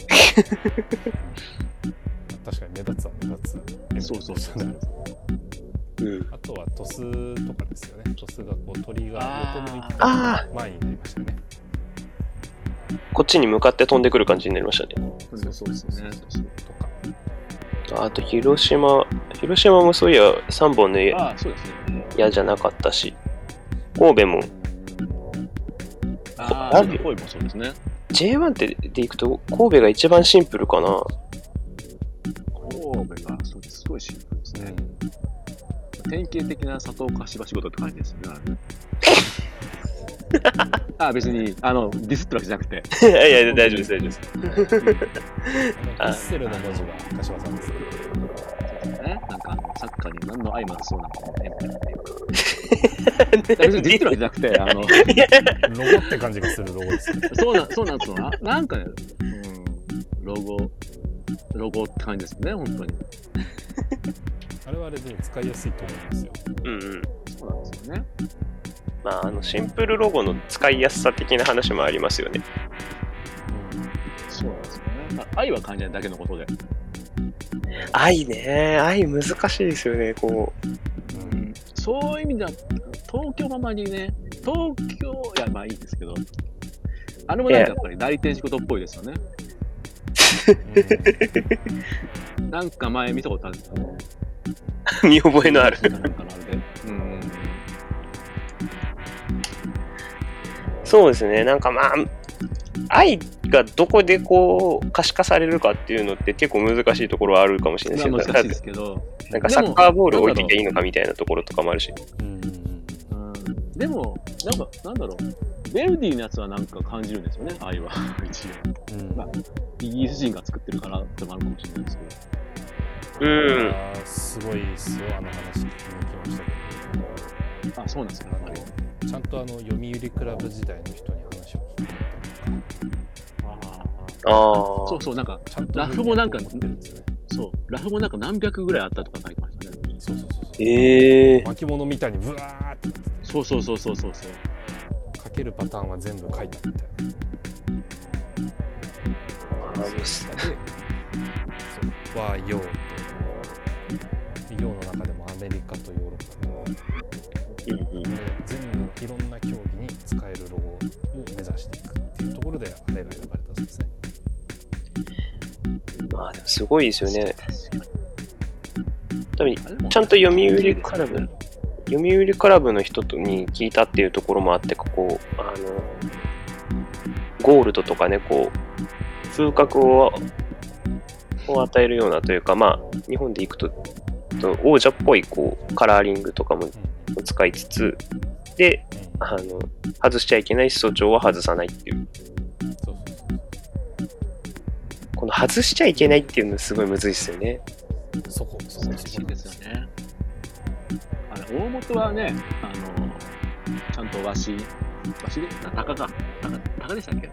確かに目立つは目立つ。 そうそうそう。 うん、 あとはトスとかですよね。トスがこう鳥が横向いてた前になりましたね。 こっちに向かって飛んでくる感じになりましたね。 そうですね。 とか。あと広島、広島もそういやさんぼんの矢、ね、じゃなかったし、神戸も。 ああ、神戸もそうですね。 ジェイワン ってでいくと神戸が一番シンプルかな。 神戸がそうです。すごいシンプルですね。うん、典型的な佐藤柏仕事って感じですよね。ああ、別にあのディスってるわけじゃなくて。 いやいや、大丈夫です、大丈夫です。 あのピッセルの文字が柏さんです。 ね、なんかあのサッカーに何の愛もなさそうなのねみたいなっていうか。別にディスってるわけじゃなくて、あのロゴって感じがするロゴですね。 そうな、そうなんですよ。な、なんかね、うん、ロゴ、ロゴって感じですね、本当に。 あれはあれで使いやすいと思いますよ。 うんうん。 そうなんですよね。 まあ、あのシンプルロゴの使いやすさ的な話もありますよね。 うん、そうなんですよね。まあ、愛は感じないだけのことで。 愛ね、愛難しいですよね、こう。うん、そういう意味では、東京ママにね、東京、いや、まあいいですけど、あれもなんかやっぱり内定仕事っぽいですよね。うん、なんか前見たことあるんですよね。 見覚えのある。 なんかのあれで。うん。 そうですね、なんかまあ、愛がどこでこう可視化されるかっていうのって結構難しいところはあるかもしれないですけど、 難しいですけど、 なんかサッカーボール置いてきゃいいのかみたいなところとかもあるし。 うん、でも、なんか、なんだろう、ベルディのやつはなんか感じるんですよね、愛は。一応。うん、まあ、イギリス人が作ってるからってもあるかもしれないですけど。うん。 すごいですよ、あの話聞きに来ましたけど。あ、そうなんですか、あれ。 ちゃんとあの読売クラブ時代の人に話を聞いてあああ。 そうそう、なんか、ラフもなんか、そう、ラフもなんか何百ぐらいあったとか書いてましたね。 そうそうそうそう。 ええー。 巻物みたいにブワーって。 そうそうそうそうそう。 書けるパターンは全部書いたみたいな。 で、そう和洋と洋の中でもアメリカとヨーロッパの、 うんうん、 全部いろんな競技に使えるロゴを目指していくっていうところであれが選ばれたそうですね。 まあでもすごいですよね。多分ちゃんと読売クラブ読売クラブの人に聞いたっていうところもあって、こうあのゴールドとかね、こう風格をを与えるようなというか、まあ日本でいくと王者っぽいこうカラーリングとかも使いつつで、あの外しちゃいけない始祖鳥は外さないっていう。 そうそうそう。 この外しちゃいけないっていうのすごいむずいですよね。 そこそこ難しいですよね。あれ大元はね、あのちゃんと和紙和紙で鷹か鷹鷹でしたっけ？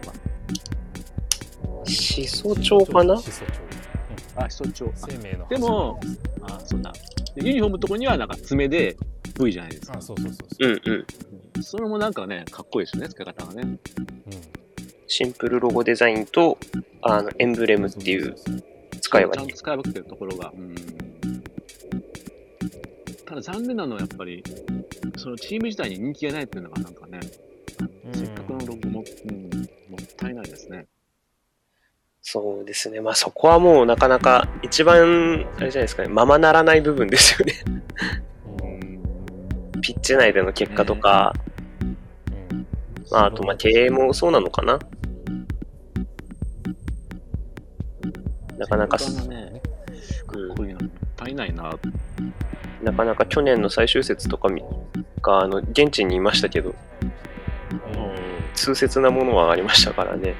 始祖鳥かな？ 始祖鳥。 あ、始祖鳥。 生命のでも、あ、そんな。ユニフォームのところにはなんか爪で V じゃないですか。 あ、そうそうそうそう。 うんうん。 それもなんかね、かっこいいですよね、付け方がね。うん。 シンプルロゴデザインとあのエンブレムっていう使い分け。 ちゃんと使い分けてるところが。うん。ただ残念なのはやっぱり、そのチーム自体に人気がないっていうのがなんかね、うん、せっかくのロゴも、うん、もったいないですね。 そうですね。まあそこはもうなかなか一番あれじゃないですかね、ままならない部分ですよね。うん、ピッチ内での結果とか、えーうん、まああとまあ経営もそうなのかな。なかなかね、うん、こういうのもったいないな。 なかなか去年の最終節とかがあの現地にいましたけど、痛切なものはありましたからね。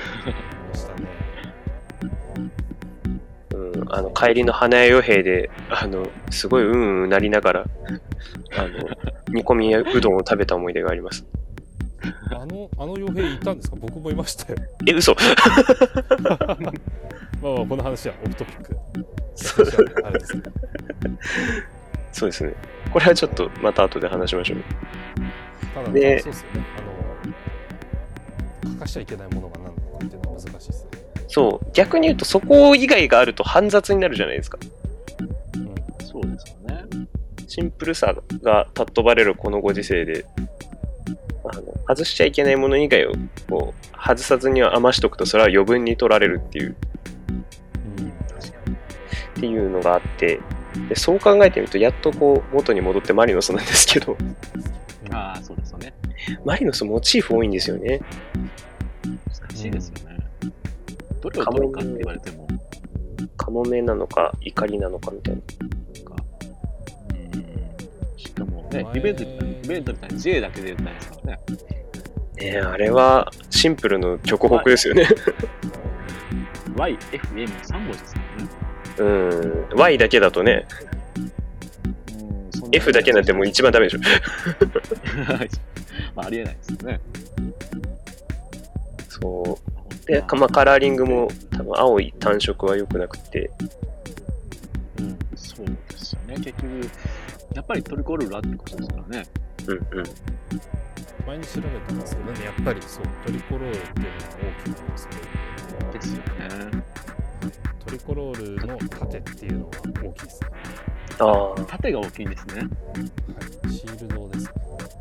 うん、あの帰りの花屋与兵であのすごいうんうんなりながらあの煮込みうどんを食べた思い出があります。 あのあの傭兵いたんですか？僕もいましたよ。 え、嘘。 まあまあこの話はオフトピック。あれですね。 そうですね。これはちょっとまた後で話しましょう。 ただでそうですよね。あの書かしちゃいけないものが何なのかっていうのは難しいですね。 そう、逆に言うとそこ以外があると煩雑になるじゃないですか。 うん、そうですよね。 シンプルさが尊ばれるこのご時世で、あの外しちゃいけないもの以外をこう外さずには余しとくとそれは余分に取られるっていう、うん、確かにっていうのがあって、でそう考えてみるとやっとこう元に戻ってマリノスなんですけど、 ああそうですよね。 マリノスモチーフ多いんですよね。 難しいですよね。どれを取るかって言われても、 カモメなのか怒りなのかみたいな。 うん、しかもね、イベントイベントみたいに J だけで言ったんですからね。 ねえ、あれはシンプルの極北ですよね。 ワイ、エフ、エム さん文字ですからね。 うん、Y だけだとね、うん、F だけなんてもう一番ダメでしょ。 まあ、ありえないですよね。 そうで、まあ、カラーリングも多分青い単色は良くなくて、 うん、そうですよね。結局やっぱりトリコロールあってことですからね。 うんうん。 前に調べたんですけどね、やっぱりそうトリコロールっていうのは大きな要素で、 ですよね。 トリコロールの縦っていうのは大きいですね。 ああ。 縦が大きいんですね。 はい、シールドですね。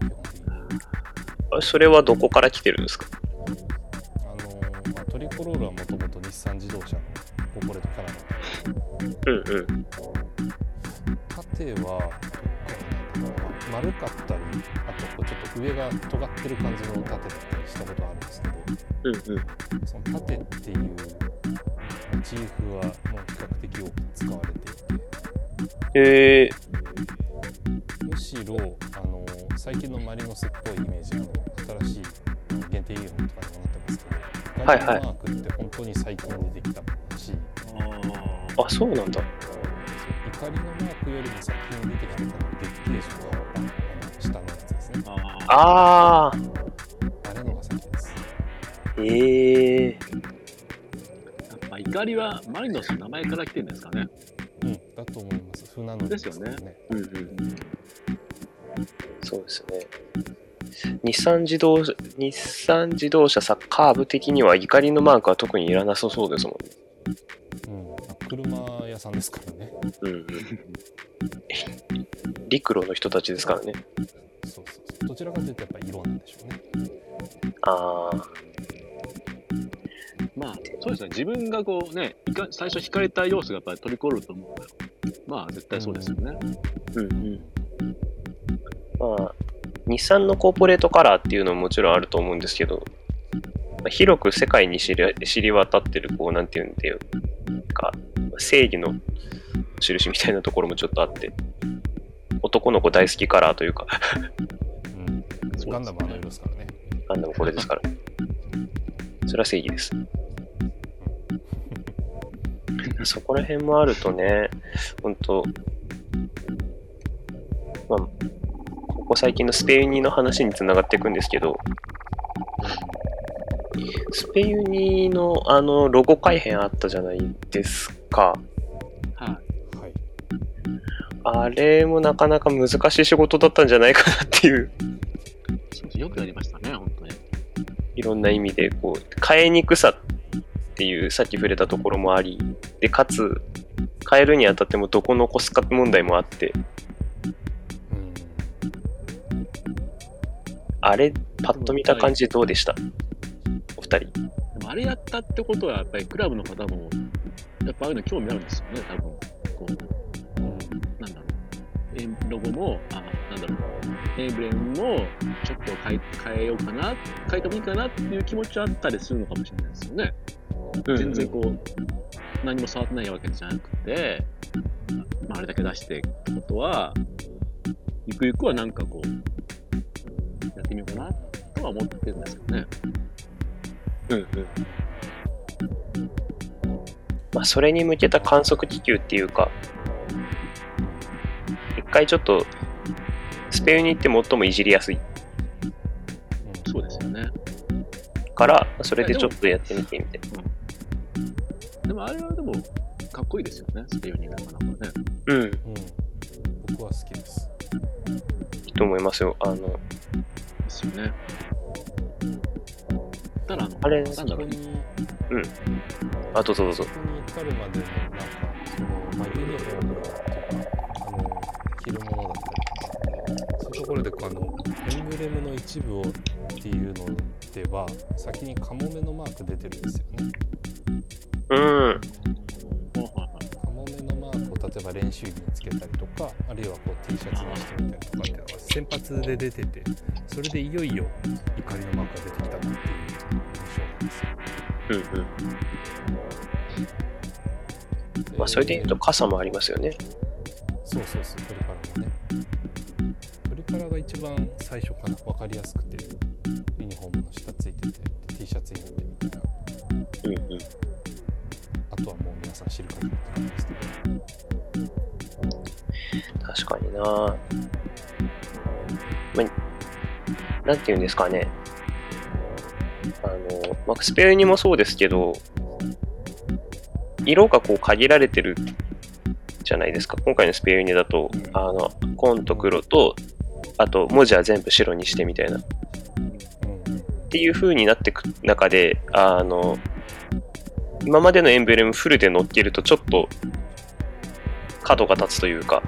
それはどこから来てるんですか？ あのーまあ、トリコロールはもともと日産自動車のコーポレートカラーなんで、 うんうん。 縦は丸かったり、あとこうちょっと上が尖ってる感じの縦だったりしたことあるんですけど、 うんうん、 その縦っていうモチーフはもう比較的多く使われていて、 へむしろあの最近のマリノスっぽいイメージの新しい限定ユニフォームとかにもなってますけど、 はいはい、 マークって本当に最近でできたものだし、 ああそうなんだ。 怒りのマークよりも先に出てきてたのは月桂樹の下のやつですね。 ああ、 あれのが先です。 ええー。やっぱ怒りはマリノスの名前から来てるんですかね。 うん、だと思います。船乗りですよね。 うんうん。そうですね。 日産自動車、日産自動車さ、カーブ的には怒りのマークは特にいらなさそうですもんね。 うん、車屋さんですからね。 うんうん。陸路の人たちですからね。 そうそうそう。どちらかというとやっぱり色なんでしょうね。 ああ。 まあ、そうですね。自分がこうね、最初惹かれた要素がやっぱり取り込ると思うから、まあ、絶対そうですよね。 うんうん。まあ、日産のコーポレートカラーっていうのももちろんあると思うんですけど、広く世界に知り、知り渡ってる、こう、なんていうんていうか、正義の印みたいなところもちょっとあって、男の子大好きカラーというか、 うん、ガンダムあの色ですからね。 ガンダムこれですから。それは正義です。そこら辺もあるとね、ほんと、まあ、ここ最近のスペユニの話につながっていくんですけど、スペユニのあのロゴ改変あったじゃないですか。 はい。 あれもなかなか難しい仕事だったんじゃないかなっていう。 そうそう、よくやりましたね、本当に。 いろんな意味で、こう、変えにくさっていう、さっき触れたところもあり、で、かつ、変えるにあたってもどこ残すか問題もあって、 うん、 あれ、パッと見た感じどうでした？お二人。 でもあれやったってことは、やっぱりクラブの方も、やっぱああいうの興味あるんですよね、多分。こう、なんだろう。ロゴも、あ、なんだろう。エンブレムもちょっと変え、変えようかな、変えてもいいかなっていう気持ちはあったりするのかもしれないですよね。うん、全然こう、何も触ってないわけじゃなくて、まあ、あれだけ出してってことは、ゆくゆくはなんかこう、やってみようかなとは思ってるんですけどね。 うんうん。まあ、それに向けた観測気球っていうか、一回ちょっと、スペユニって最もいじりやすい。 うん、そうですよね。 から、それでちょっとやってみてみて。 うん、でもあれはでも、かっこいいですよね、スペユニなかなかね。 うん。うん、 僕は好きです。 いいと思いますよ。あの、 ですよね。ただあの、 あれ、 なんだろう。 うん。あ、どうぞどうぞ。 そこに至るまでの、なんか、その、まあ、ユニフォームっていうか、あの、着るものだったり、そういうところであのエンブレムの一部をっていうのでは先にカモメのマーク出てるんですよね。 うん。 カモメのマークを例えば練習着につけたりとか、あるいはこう T シャツにしてみたりとかっていうのが先発で出てて、それでいよいよ怒りのマークが出てきたなっていう印象なんですよ。 うんうん。まあそれで言うと傘もありますよね。 そうそうそう、トリカラもね。トリカラが一番最初かな、分かりやすくて、ユニフォームの下ついてて、T シャツになってみたいな。 うんうん。 あとはもう皆さん知る限りって感じですけど。確かになぁ。まあ、なんていうんですかね。あの、まあ、スペユニもそうですけど、色がこう限られてるじゃないですか。今回のスペユニだと、あの、紺と黒と、あと文字は全部白にしてみたいな。っていう風になってく中で、あの、今までのエンブレムフルで乗っけるとちょっと角が立つというか、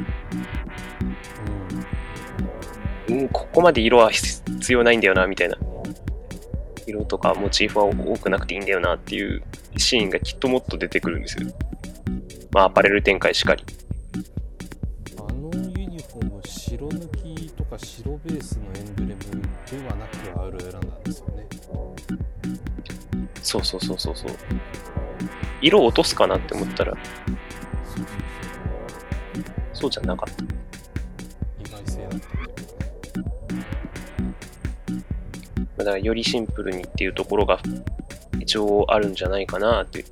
うん、ここまで色は必要ないんだよな、みたいな。色とかモチーフは多くなくていいんだよなっていうシーンがきっともっと出てくるんですよ。まあアパレル展開しかり。 あのユニフォーム白抜きとか白ベースのエンブレムではなく青色を選んだんですよね。 そうそうそうそうそう。色を落とすかなって思ったら、 そうそうそう。 そうじゃなかった。 意外性だったっていうかね。 だからよりシンプルにっていうところが一応あるんじゃないかなって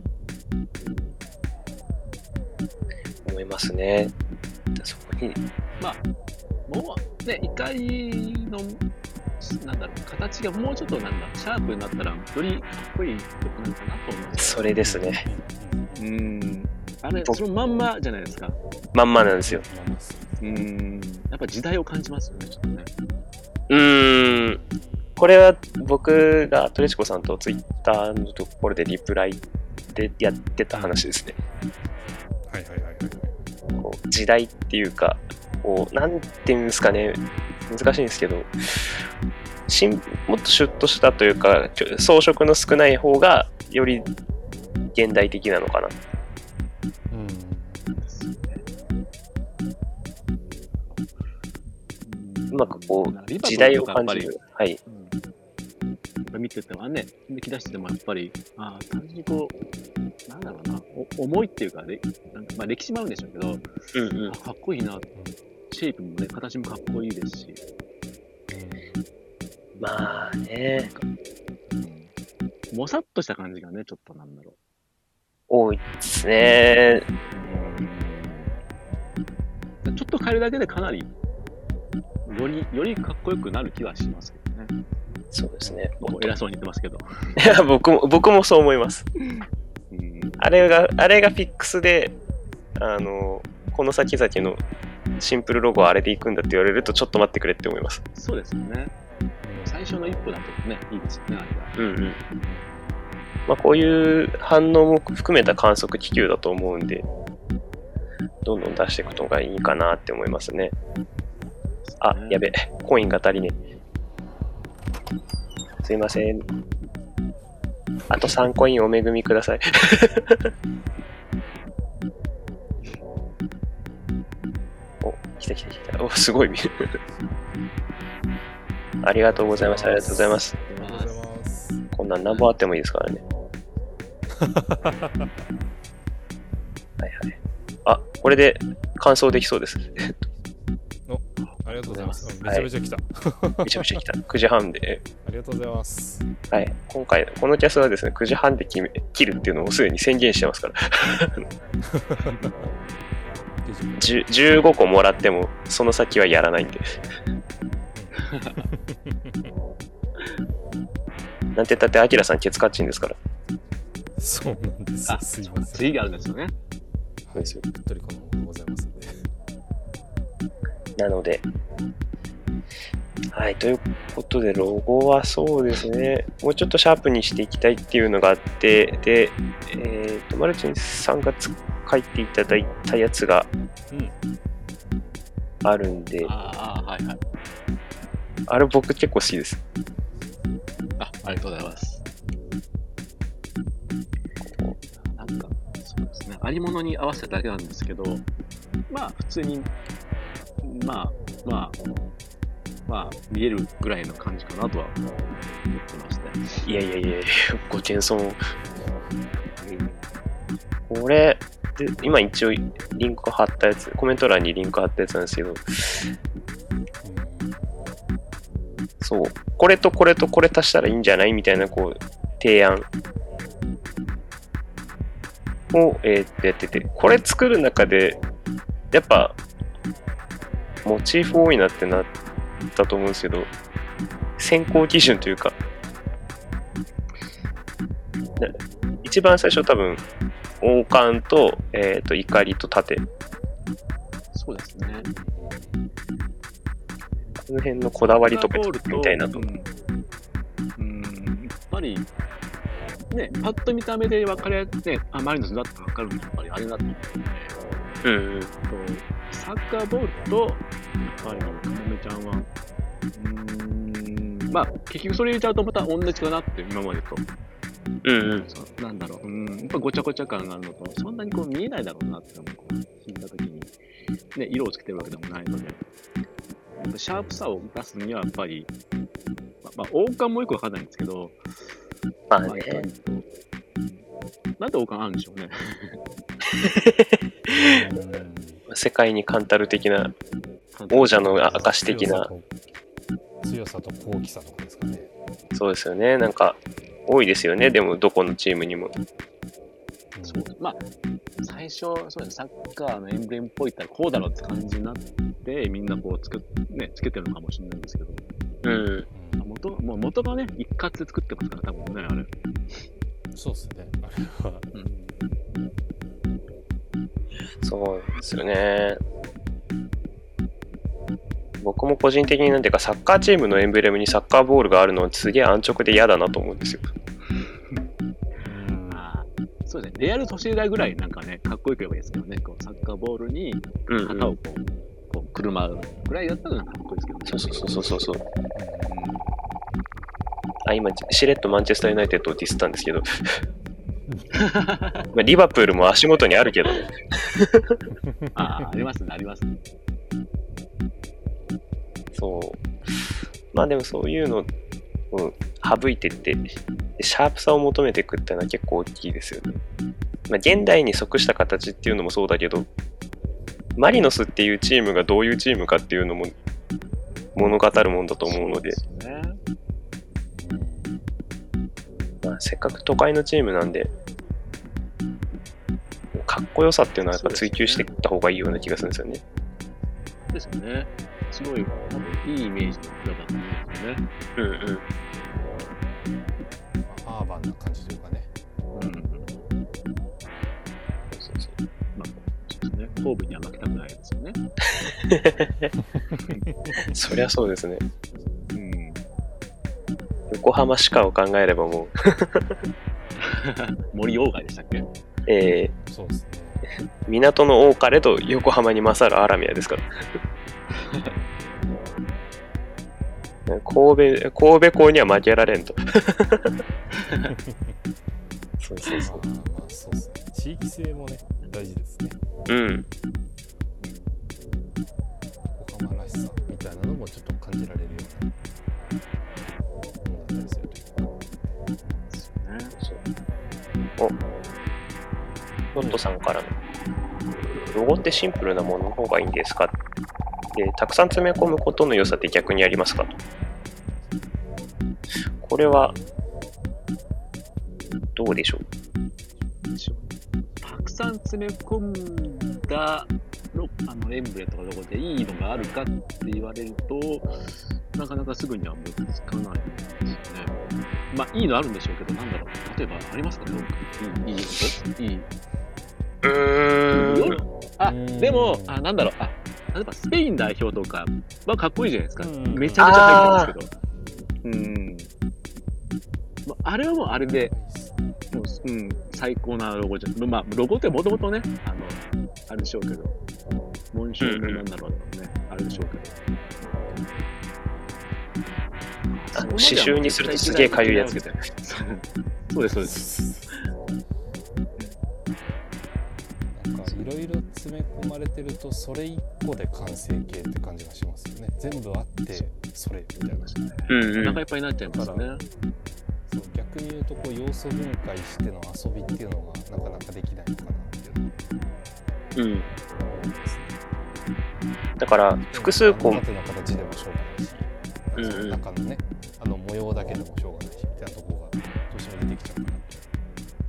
思いますね。そこにまあもうね怒りのなんだろう形がもうちょっとなんだシャープになったらよりかっこいい曲なんかなと思います。 それですね。 うーんあれそのまんまじゃないですか。 まんまなんですよ。 うーんやっぱ時代を感じますよねちょっとね。 うーん、これは僕がトレチコさんとツイッターのところでリプライでやってた話ですね。 はいはいはいはい。 こう時代っていうか、こうなんていうんですかね、難しいんですけど、しんもっとシュッとしたというか、装飾の少ない方がより現代的なのかな。 うん。 うまくこうリバプール時代をとかやっぱり感じる。はい。 うん、見ててもね、抜き出してもやっぱり、ああ、単純にこう、なんだろうな、お重いっていうか、ね、なんかまあ歴史もあるんでしょうけど、 うんうんあ。かっこいいな、シェイプもね、形もかっこいいですし、 まあね、 うん、もさっとした感じがね、ちょっとなんだろ多いですね。 う。ちょっと変えるだけでかなり、より、よりかっこよくなる気はしますけどね。 そうですね。 もう偉そうに言ってますけど。 いや、僕も、僕もそう思います。 うんあれが、あれがフィックスで、あの、この先々のシンプルロゴはあれでいくんだって言われると、ちょっと待ってくれって思います。 そうですよね。最初の一歩だとね、いいですよね、あれが。 うんうん。まあ、こういう反応も含めた観測気球だと思うんで、どんどん出していくのがいいかなって思いますね。あ、やべ、コインが足りねえ。すいません。あとさんコインお恵みください。お、来た来た来た。お、すごい。ありがとうございます。ありがとうございます。 ありがとうございます。 こんなん何本あってもいいですからね。はいはい。あ、これで完走できそうです。 ありがとうございます。めはいちゃめちゃ来た。 めちゃめちゃ来た。くじはんで。 ありがとうございます。 はい。今回、このキャスはですね、くじはんで決め切るっていうのをすでに宣言してますから。じゅうじゅうごこもらっても、その先はやらないんで。なんて言ったって、アキラさん、ケツカッチンですから。 そうなんですよ。 あ、 すいません。 次があるんですよね。 はい、しっとりこのございますので。 なので、はい、ということで、ロゴはそうですね、もうちょっとシャープにしていきたいっていうのがあって、で、えっと、マルチンさんが書いていただいたやつがうん。 あるんで、 ああ、はいはい。 あれ僕結構好きです。 あ、ありがとうございます。なんか、そうですね。ありものに合わせただけなんですけど、まあ、普通に、まあ、まあ、まあ、見えるぐらいの感じかなとは思ってまして。 いやいやいやいや、ご謙遜。これ、で今一応リンク貼ったやつ、コメント欄にリンク貼ったやつなんですけど、そう、これとこれとこれ足したらいいんじゃないみたいな、こう、提案を、えーっとやってて、これ作る中で、やっぱ、モチーフ多いなってなったと思うんですけど、選考基準というか、な一番最初多分、王冠と、えーっと、怒りと盾。 そうですね。 この辺のこだわりとかみたいなと。 うん、うん、やっぱり、ね、パッと見た目で分かりやすい、ね、あ、マリノスだって分かるのはやっぱりあれだと思うので、 うんうん。 サッカーボールと、やっぱり、かもめちゃんは、うーん、まあ、結局それ入れちゃうとまた同じだなって、今までと。 うんうん。 そうなんだろう、うん、やっぱごちゃごちゃ感があるのと、そんなにこう見えないだろうなって思う、こう聞いたときに、ね、色をつけてるわけでもないので、やっぱシャープさを出すにはやっぱり、まあ、まあ、王冠もよくわかんないんですけど、 まあまあ、いかね。 にと、うんなんで王冠あるんでしょうね。 世界にカンタル的な、王者の証的な、 強さと高貴さとかですかね。 そうですよね。なんか、多いですよね。でも、どこのチームにも。 そうまあ、最初、そうですね、サッカーのエンブレムっぽいったらこうだろうって感じになって、みんなこうつく、ね、つけてるのかもしれないんですけど、 うん。 元もう元がね、一括で作ってますから、多分ね、あれ。 そうですね。あれは。 うんそうですよね。 僕も個人的になんていうかサッカーチームのエンブレムにサッカーボールがあるのはすげえ安直で嫌だなと思うんですよ。 あそうですね、レアル都市大ぐらいなんかね、かっこよく言えばいいですけどね、こうサッカーボールに旗をこう、うんうん、こう車ぐらいだったらかっこいいですけどね。 そうそうそうそうそう。うん、あ、今、しれっとマンチェスターユナイテッドをディスったんですけど、まあリバプールも足元にあるけどね。 ああ、ありますね、ありますね。 そう。まあでもそういうのを省いてって、シャープさを求めていくっていうのは結構大きいですよね。まあ、現代に即した形っていうのもそうだけど、マリノスっていうチームがどういうチームかっていうのも物語るもんだと思うので、 そうですね。 まあ、せっかく都会のチームなんで、かっこよさっていうのはやっぱ追求していった方がいいような気がするんですよね。 ですよね。すごい、多分いいイメージの裏だと思うんですよね。 うんうん。 アーバンな感じというかね。 うん。そうそう。まあ、そうですね。神戸には負けたくないですよね。 そりゃそうですね。 うん。 横浜市下を考えればもう森鴎外でしたっけ？ えー、そうですね。 港の多かれど横浜に勝るアラミアですから神戸神戸港には負けられんとそうそうそう、 まあ、まあそうですね。地域性もね大事ですね。 うん横浜らしさみたいなのもちょっと感じられるようなお、ロットさんからのロゴってシンプルなものの方がいいんですか？で、たくさん詰め込むことの良さって逆にありますかと。これはどうでしょう？ たくさん詰め込んだあのエンブレとかロゴでいいのがあるかって言われるとなかなかすぐには思いつかないですよね。まあいいのあるんでしょうけど、なんだろう、例えばありますかね、いい、いいこといい。 うーん。 あ、でも、あ、なんだろう、あ、例えばスペイン代表とかはかっこいいじゃないですか。 うん、 めちゃめちゃ入ってますけど。うん。まあ、あれはもうあれで、もう、うん、最高なロゴじゃん。まあ、ロゴってもともとね、あの、あれでしょうけど、紋章のなんだろうね、あれでしょうけど。 あの刺繍にするとすげえかゆいやつ。 そうです、そうです。 なんかいろいろ詰め込まれてるとそれ一個で完成形って感じがしますよね。全部あってそれみたいな。 うんうん。お腹いっぱいになっちゃいますね。 そう逆に言うとこう要素分解しての遊びっていうのがなかなかできないのかなっていう。 うん。だから複数個縦の形でもしょうがないし、うんうん、その中のねあの模様だけでもしょうがないしみたいなところがどうしても出てきちゃうかなって。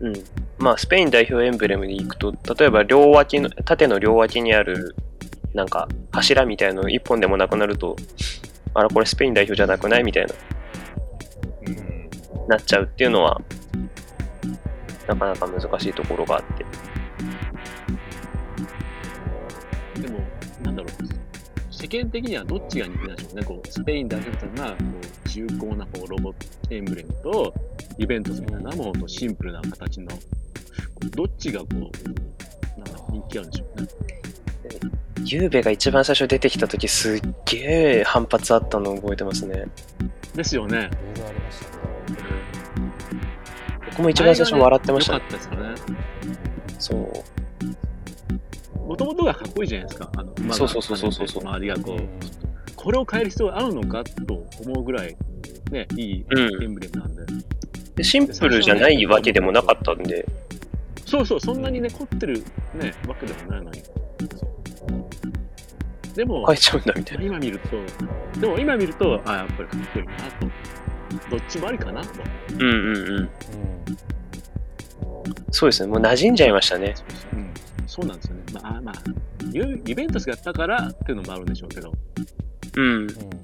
うん。まあスペイン代表エンブレムに行くと、例えば両脇の縦の両脇にあるなんか柱みたいなの一本でもなくなると、あらこれスペイン代表じゃなくないみたいな、うん、なっちゃうっていうのはなかなか難しいところがあって。 でもなんだろう、世間的にはどっちが人気なんでしょうね。こうスペイン代表みたいなこう重厚なこうロゴエンブレムとユベントスみたいなもうシンプルな形のどっちがこうなんか人気あるんでしょうね。 ゆうべが一番最初出てきた時すっげえ反発あったのを覚えてますね。 ですよね。 いろいろありましたね。 僕も一番最初笑ってましたね。良かったですよね。 そう。 もともとがかっこいいじゃないですか。あの馬がそうそうそうそうそうそう。 周りがこう、うん、これを変える必要があるのかと思うぐらいねいいエンブレムなんで。うん、 でシンプルじゃないわけでもなかったんで。 そうそう、そんなにね凝ってるねわけでもないのに。でも変えちゃうんだみたいな。 今見ると、でも今見ると、あやっぱりかっこいいなと、どっちもありかなと。 うんうんうん。うん、そうですね、もう馴染んじゃいましたね。 うん、そうなんですよね。まあまあユ、ユベントスがやったからっていうのもあるんでしょうけど。 うん。うん、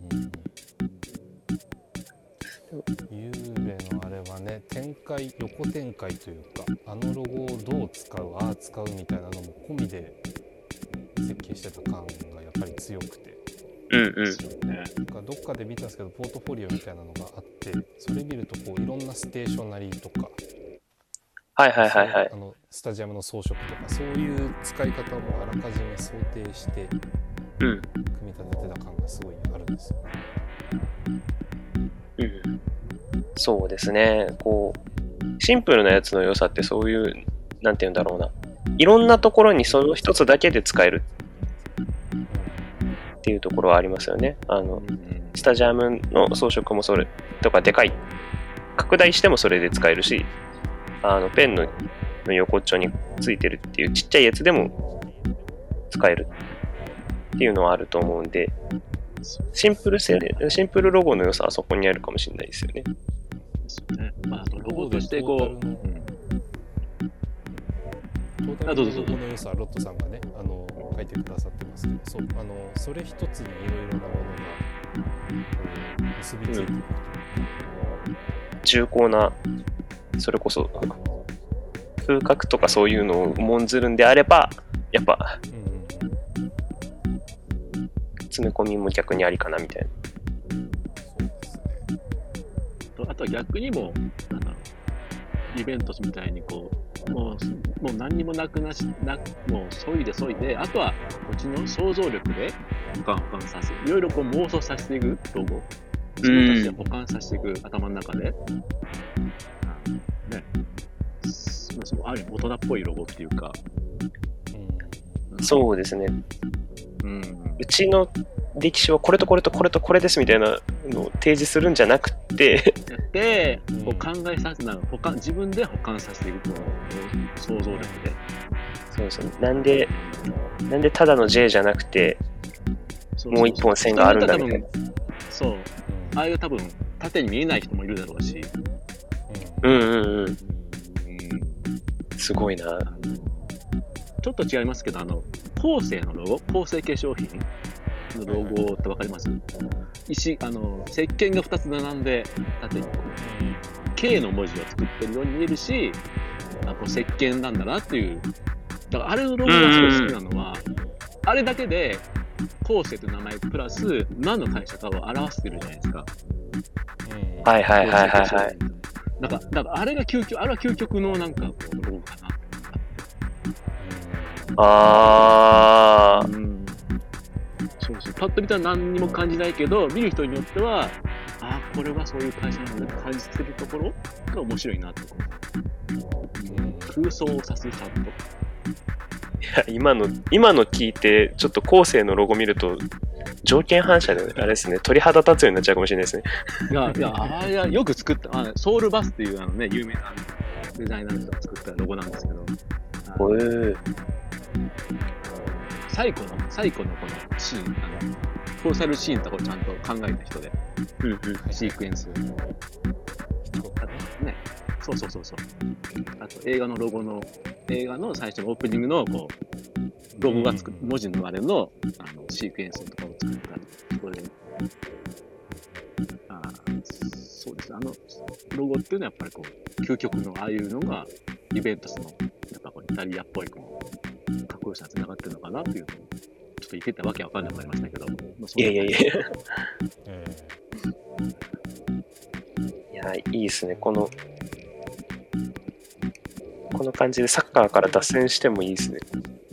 ゆうべのあれはね、展開横展開というか、あのロゴをどう使う、ああ使うみたいなのも込みで設計してた感がやっぱり強くて、 ううんうん。 ですよね。 なんかどっかで見たんですけど、ポートフォリオみたいなのがあって、それ見るとこういろんなステーショナリーとか、 はいはいはいはい。 あのスタジアムの装飾とかそういう使い方もあらかじめ想定してうん。 組み立ててた感がすごいあるんですよね。 うん。そうですね。こう、シンプルなやつの良さってそういう、なんて言うんだろうな。いろんなところにその一つだけで使えるっていうところはありますよね。あの、スタジアムの装飾もそれとかでかい。拡大してもそれで使えるし、あの、ペンのの横っちょについてるっていうちっちゃいやつでも使えるっていうのはあると思うんで、シンプル性で、シンプルロゴの良さはそこにあるかもしれないですよね。 ですよね。まあ、あとロゴとしてこう、 トータルのうん、 トータルのロゴの良さはロットさんがね、あの書いてくださってますけど、そう、あのそれ一つにいろいろなものがこう結びついていくというか、 重厚な、それこそ風格とかそういうのを重んずるんであれば、やっぱうんうんうん、 詰め込みも逆にありかなみたいな。 そうですね。 とあとは逆にも、なんだろう、イベントみたいにこう、もう、もう何にもなくなし、なもう、そいでそいで、あとは、こっちの想像力で保管保管させる。いろいろこう妄想させていく、ロゴ。自分たちで保管させていく、頭の中で。ね。そのある意味大人っぽいロゴっていうか。 うん、 そうですね。 うん。 うちの歴史はこれとこれとこれとこれですみたいなのを提示するんじゃなくてやって、 うんこう考えさせな保管自分で保管させていくと想像力で。 そうですね。なんで、なんでただの J じゃなくて、もう一本線があるんだみたいな。 そう。ああいう多分、縦に見えない人もいるだろうし。 うんうんうん。 うんすごいな。 ちょっと違いますけど、あの、後世のロゴ、後世化粧品のロゴってわかります？石、あの、石鹸がふたつ並んで、縦にこう、K の文字を作ってるように見えるし、あこう石鹸なんだなっていう。だからあれのロゴがすごい好きなのは、あれだけで、後世という名前プラス、何の会社かを表してるじゃないですか。 はいはいはいはいはい。 なんか、だからあれが究極、あれは究極のなんかこうロゴかな。 あー。 うん。そうそう。パッと見たら何にも感じないけど、見る人によっては、ああ、これはそういう会社なんだって感じてるところが面白いなってこう、うん、空想を指すちゃんと。 いや今の、今の聞いて、ちょっと後世のロゴ見ると、条件反射で、あれですね、鳥肌立つようになっちゃうかもしれないですね。 いや、いや、あれはよく作った、あソウルバスっていうあのね、有名なデザイナーの人が作ったロゴなんですけど、 へー。 最古の、最古のこのシーン、あの、ソーシャルシーンとかをちゃんと考えた人で、 うんうん。 シークエンス。あとね、そうそうそうそう。あと映画のロゴの、映画の最初のオープニングの、こう、ロゴがつく、文字のあれの、あの、シークエンスとかを作った人で、あそうですね、あの、ロゴっていうのはやっぱりこう、究極のああいうのが、イベントスの、やっぱこう、イタリアっぽい、こう、かっこよさにつながってるのかなっていうのを、ちょっと言ってたわけはわかんなくなりましたけど、まあ、 いやいやいや。 えいや、いいですね。この、この感じでサッカーから脱線してもいいですね。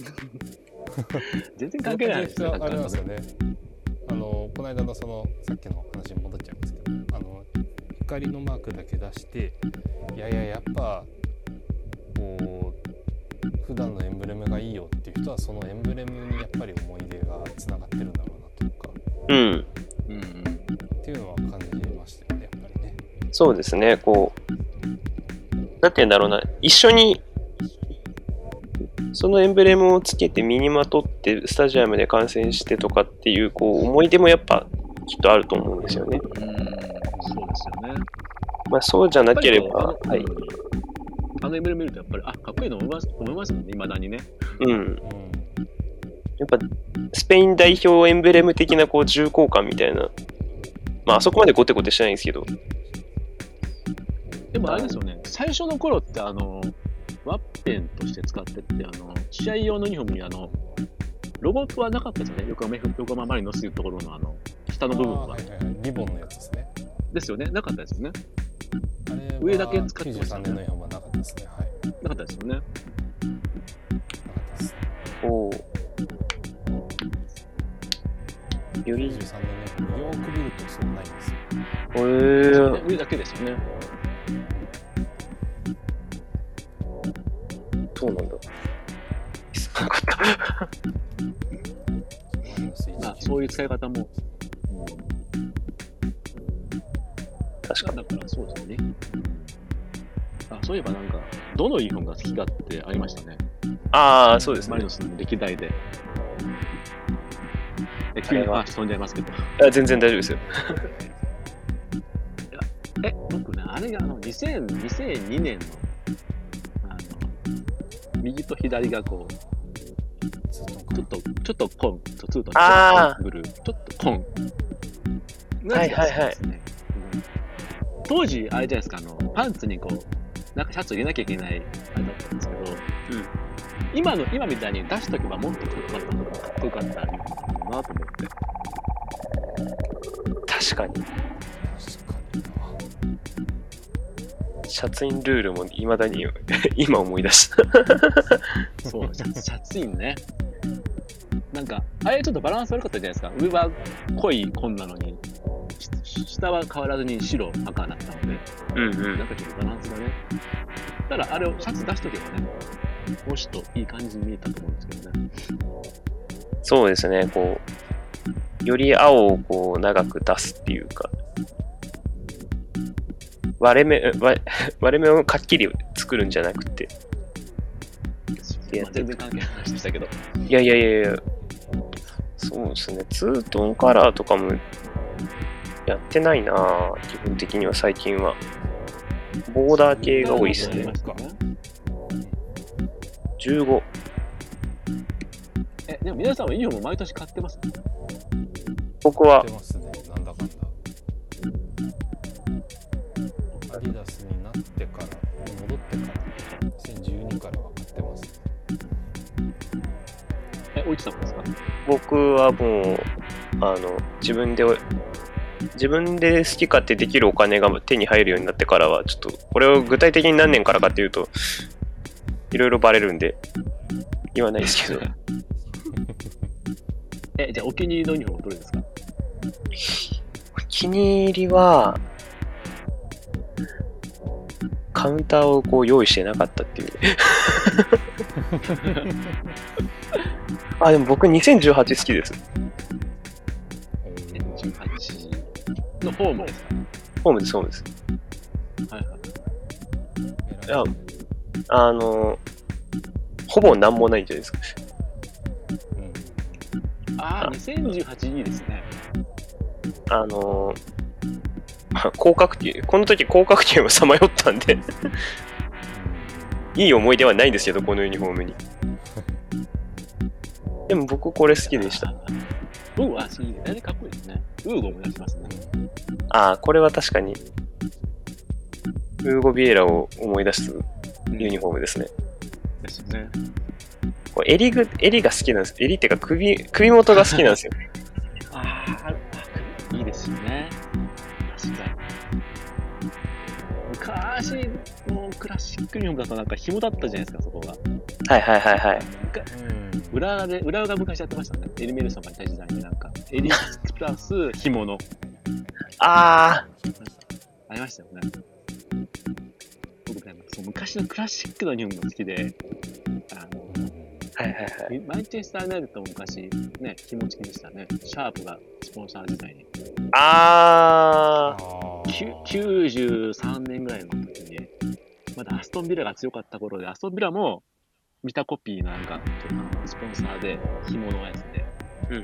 全然関係ないですね。 あれなんですよね。あのこの間のそのさっきの話に戻っちゃいますけど、あの光のマークだけ出して、いやいややっぱこう普段のエンブレムがいいよっていう人はそのエンブレムにやっぱり思い出がつながってるんだろうなというか、 うん。 うんうん。 っていうのは感じましたよね、やっぱりね。 そうですね。こう、なんて言うんだろうな。一緒に、そのエンブレムをつけて身にまとってスタジアムで観戦してとかっていうこう思い出もやっぱきっとあると思うんですよね。 うん、そうですよね。 まあそうじゃなければ、はい。 あのエンブレム見るとやっぱり、あ、かっこいいの思います、思いますもんね、未だにね。 うん。 うんやっぱスペイン代表エンブレム的なこう重厚感みたいな。まああそこまでゴテゴテしてないんですけど。 でもあれですよね、最初の頃ってあの、ワッペンとして使ってって、あの、試合用のユニフォームにあの、 ロゴはなかったですよね。横浜、横浜マリノスというところのあの、下の部分は。 はいはいはい、リボンのやつですね。 ですよね。なかったですよね。 あれは上だけ使ってきゅうじゅうさんましたねねんのユニフォームはなかったですね。はい。 なかったですよね。 なかったです。 おー。よりきゅうじゅうさんねんのユニフォームよーく見るとそうないんですよ。 えー、 上だけですよね。 そうなんだ。知らなかった。 まあ、そういう使い方も。 確かに。 だからそうですよね。あ、そういえばなんか、どのユニフォームが好きかってありましたね。 ああ、そうですねマリノ。スの歴代で。え、急に話飛んじゃいますけど。 あ全然大丈夫ですよ。 え、僕ね、あれがあのにせんにねんの、あの、右と左がこう、 ずっとちょっと、ちょっとコンとツーとあーブルー、ちょっとコン。 はいはいはいい。当時、あれじゃないですか、あの、パンツにこう、なんかシャツ入れなきゃいけないあれだったんですけど、 うん今の、今みたいに出しとけばもっとかっこよかったのか、かっこよかったのかなと思って。 確かに。 確かにな。 シャツインルールもいまだに今思い出した。 そう、シャツ、シャツインね。なんか、あれちょっとバランス悪かったじゃないですか。上は濃い紺なのに、し下は変わらずに白、赤だったので、 うんうなんかちょっとバランスがね。ただ、あれをシャツ出しとけばね、もうちょっといい感じに見えたと思うんですけどね。 そうですね、こう、より青をこう長く出すっていうか、割れ目、割割れ目をかっきり作るんじゃなくて、 まあ、全然関係ない話でしたけど。 いやいやいやいや、そうですね、ツートンカラーとかもやってないなぁ、基本的には最近は。ボーダー系が多いですね。じゅうご。 え、でも皆さんはユニフォーム毎年買ってます？ 僕は買ってますね、なんだかんだ。アディダスになってから、戻ってから、にせんじゅうにからは買ってます。 え、おいちさんもですか？ 僕はもう、あの、自分で、自分で好き勝手できるお金が手に入るようになってからは、ちょっと、これを具体的に何年からかっていうと、いろいろバレるんで、言わないですけど。 え、じゃあお気に入りのユニフォームはどれですか？ お気に入りは、カウンターをこう用意してなかったっていう。あ、でも僕にせんじゅうはち好きです。 にせんじゅうはちのフォームですか？ ホームです、ホームです。 はいはい。 いや、あの、ほぼなんもないんじゃないですか。 ああ、にせんじゅうはちいいですね。 あの、広角球、この時広角球をさまよったんで、いい思い出はないんですけど、このユニフォームに。でも僕これ好きでした。 僕は好きで、大体かっこいいですね。ウーゴも出しますね。 ああ、これは確かに、ウーゴ・ビエラを思い出すユニフォームですね。 ですよね。 これ襟ぐ、襟が好きなんです。襟っていうか首、首元が好きなんですよ。 ああ、いいですよね。確かに。昔のクラシックユニフォームだとなんか紐だったじゃないですか、そこが。 はいはいはいはい。 裏側で、裏側が昔やってましたね。エリメルソンがいた時代になんか、襟プラス紐の。 あありましたよね。僕ね、そう昔のクラシックのユニフォームが好きで、あの、 あ、はいはいはい。 マンチェスター・ユナイテッドも昔、ね、紐付きでしたね。シャープがスポンサー時代に。 あきゅうじゅうさんねんぐらいの時に、まだアストンビラが強かった頃で、アストンビラも見たコピーなんか、スポンサーで紐のやつで。 うんうん。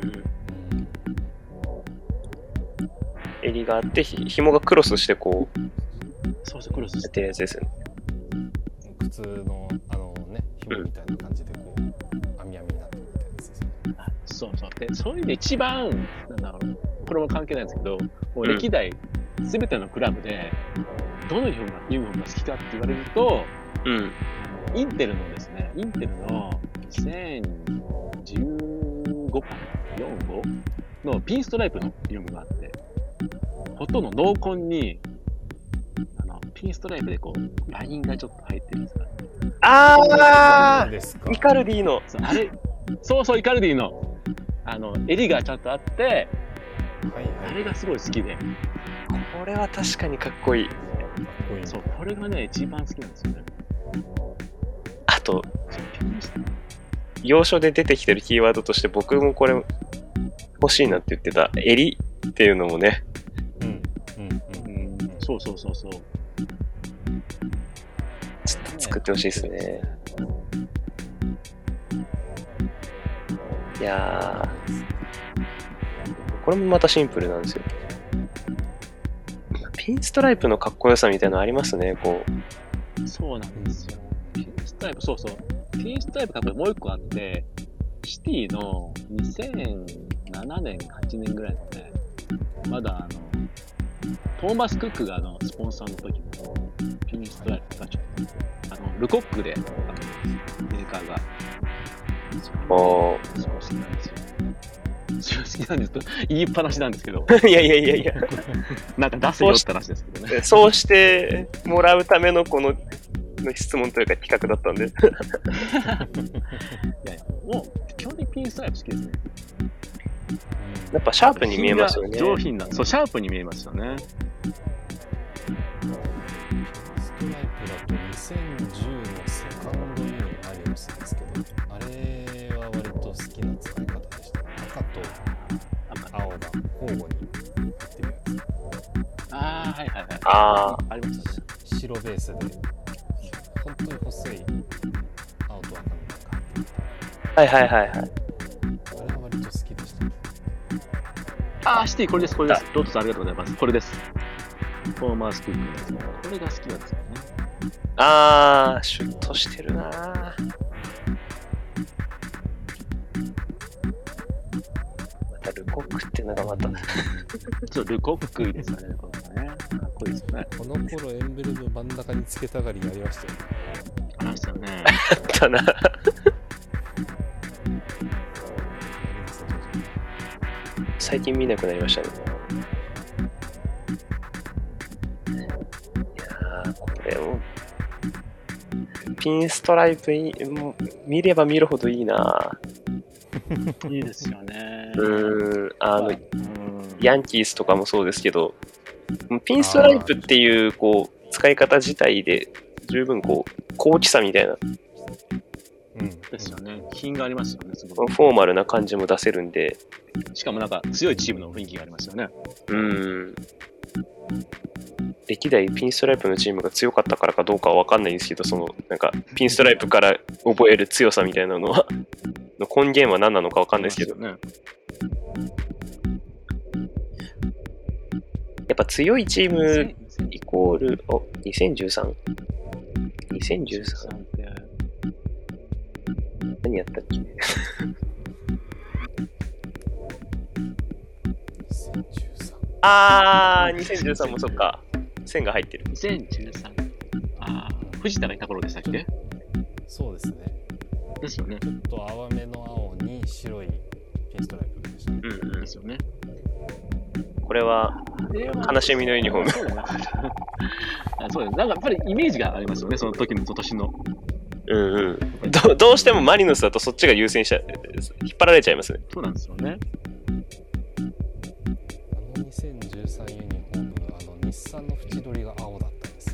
襟があって、ひ紐がクロスしてこう、 そうそう、クロスやってるやつですよね。 普通のあのね紐みたいな感じでこう網網になってるみたいなやつですね。 そうそう。で、そういう意味で一番、なんだろう、これも関係ないんですけど、もう歴代、すべてのクラブで、どのユニフォームが、ユニフォームが好きかって言われると、 うん。 インテルのですね、インテルのにせんじゅうんごかな、よんごのピンストライプのユニフォームがあって、ほとんど濃紺にあのピンストライプでこうラインがちょっと入ってるんですか。 あ何ですかーイカルディのそうあれそうそうイカルディのあの襟がちゃんとあって、 はいはいあれがすごい好きで、 これは確かにかっこいい。 かっこいいそうこれがね一番好きなんですよね。 あとそうピンスト要所で出てきてるキーワードとして僕もこれ欲しいなって言ってた襟っていうのもね、 うんうんうんうんそうそうそうそう。 ちょっと作ってほしいですね。いやーこれもまたシンプルなんですよ。ピンストライプのかっこよさみたいなのありますね。こうそうなんですよ。ピンストライプ、そうそう。ピンストライプ多分もう一個あって、シティのにせんななねん、はちねんぐらいのね、まだあの、トーマス・クックがあのスポンサーの時のピンストライプがちょっと、あのルコックで、あのメーカーが、 おーすごい好きなんですよ。すごい好きなんですと言いっぱなしなんですけど、 いやいやいやいやなんか出せよって話ですけどね。 そうしてもらうためのこのの質問というか企画だったんでいやいや、もう基本的にピンストライプ好きですね。 やっぱシャープに見えますよね。 上品な、そう、シャープに見えますよね。 ストライプだとにせんじゅうのセカンドユニアリウスですけど、あれは割と好きな使い方でした。赤と青が交互にいってるやつ。 ああ、はいはいはい。 あありましたね。 白ベースで本当に細い青と赤の中。 はいはいはいはい。 あれは割と好きでした。 ああ、シティ、これです、これです。ロートさんありがとうございます。これです。トーマス・クックですね。これが好きなんですよね。 あー、シュッとしてるなー。またルコックっていうのがまたちょっとルコックいいですかね、これね。かっこいいですね。 この頃エンブレム真ん中につけたがりやりましたよね。 ありましたよね。 かな。 やりました当時。 最近見なくなりましたね。いやー、これもピンストライプいい、もう見れば見るほどいいな。 いいですよね。 うーん、あの、 うんヤンキースとかもそうですけど、ピンストライプっていうこう使い方自体で十分こう高貴さみたいなうんですよね。品がありますよね、すごい。 フォーマルな感じも出せるんで、 しかもなんか強いチームの雰囲気がありますよね。 うーん。歴代ピンストライプのチームが強かったからかどうかは分かんないんですけど、そのなんかピンストライプから覚える強さみたいなのはの根源は何なのか分かんないですけど、 ね。 やっぱ強いチームイコール、お、にせんじゅうさん?にせんじゅうさん? って何やったっけにせんじゅうさん。 あー、にせんじゅうさんもそっか。線が入ってる。 にせんじゅうさん。ああ、藤田がいた頃でしたっけ？ そうですね。 ですよね。 ちょっと淡めの青に白いピンストライプでしたね。 うんうんで。すよね。 これは悲しみのユニフォーム。 そうだね。あそうです。なんかやっぱりイメージがありますよね、その時の今年の。 うんうん。どどうしてもマリノスだとそっちが優先しちゃ、引っ張られちゃいますね。 そうなんですよね。 あのにせんじゅうさんユニフォーム、あの日産の縁取りが青だったんですよ。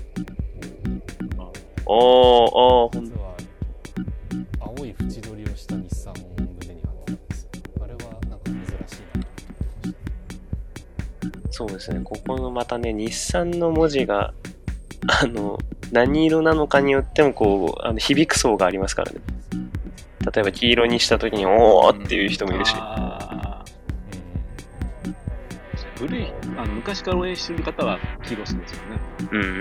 おー、おー、ほん実は青い縁取りをした日産を胸に貼ってたんですよ。あれはなんか珍しいなと思ってました。 そうですね。ここのまたね、日産の文字が、あの、何色なのかによっても、こう、あの響く層がありますからね。例えば黄色にした時に、おーっていう人もいるし。 あー古い、あの昔から応援してる方は黄色好きですよね。 うんうん。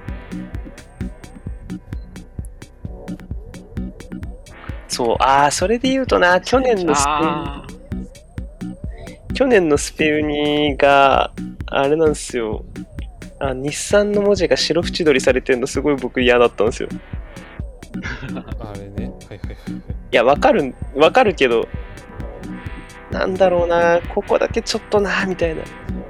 そう、ああ、それで言うとな、去年のスペあ去年のスペウニが、あれなんですよ。あ、日産の文字が白縁取りされてるのすごい僕嫌だったんですよ。 あれね、はいはいはい。 いや、わかる、わかるけど、 なんだろうな、ここだけちょっとなみたいな。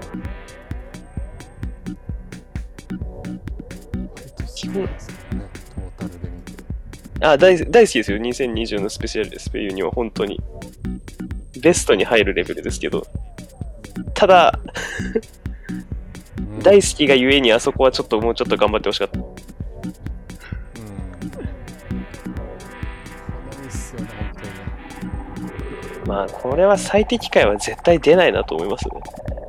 基本ですよね、トータルで見て。 あ、大大好きですよ。にせんにじゅうのスペシャルスペユニは本当にベストに入るレベルですけど、ただ大好きがゆえにあそこはちょっともうちょっと頑張ってほしかった。うん。これいいっすよね、本当にね。 まあこれは最適解は絶対出ないなと思いますね。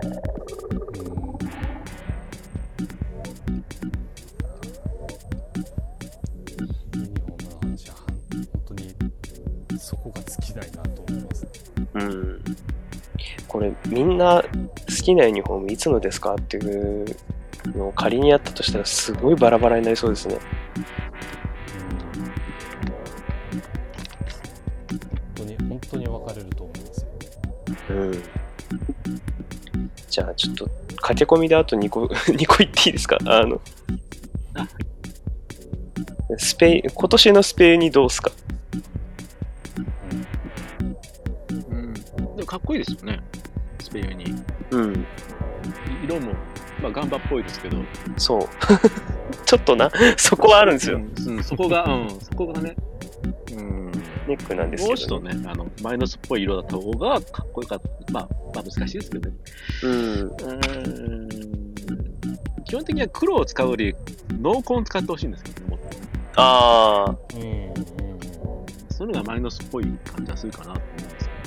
ユニフォームの話は本当にそこが尽きないなと思います。 うん。これみんな好きなユニフォームいつのですかっていうのを仮にやったとしたらすごいバラバラになりそうですね。 本当に本当に分かれると思いますよ。 うん。じゃあちょっと駆け込みであとにこにこ言っていいですか。あのスペイン今年のスペインにどうすか。 うん。でもかっこいいですよね。スペインに。 うん。 色も、まあ、ガンバっぽいですけど。 そう。ちょっとな、そこはあるんですよ。 うん、うん、そこが、うん、そこがね。うん。 ネックなんですけど、ね。 もうちょっとね、あの、マイナスっぽい色だった方がかっこよかった。まあ、まあ難しいですけどね。 うん。 うーん。基本的には黒を使うより、濃紺を使ってほしいんですけどね。 ああ。 うん。うん。 そういうのがマイナスっぽい感じがするかなと思うん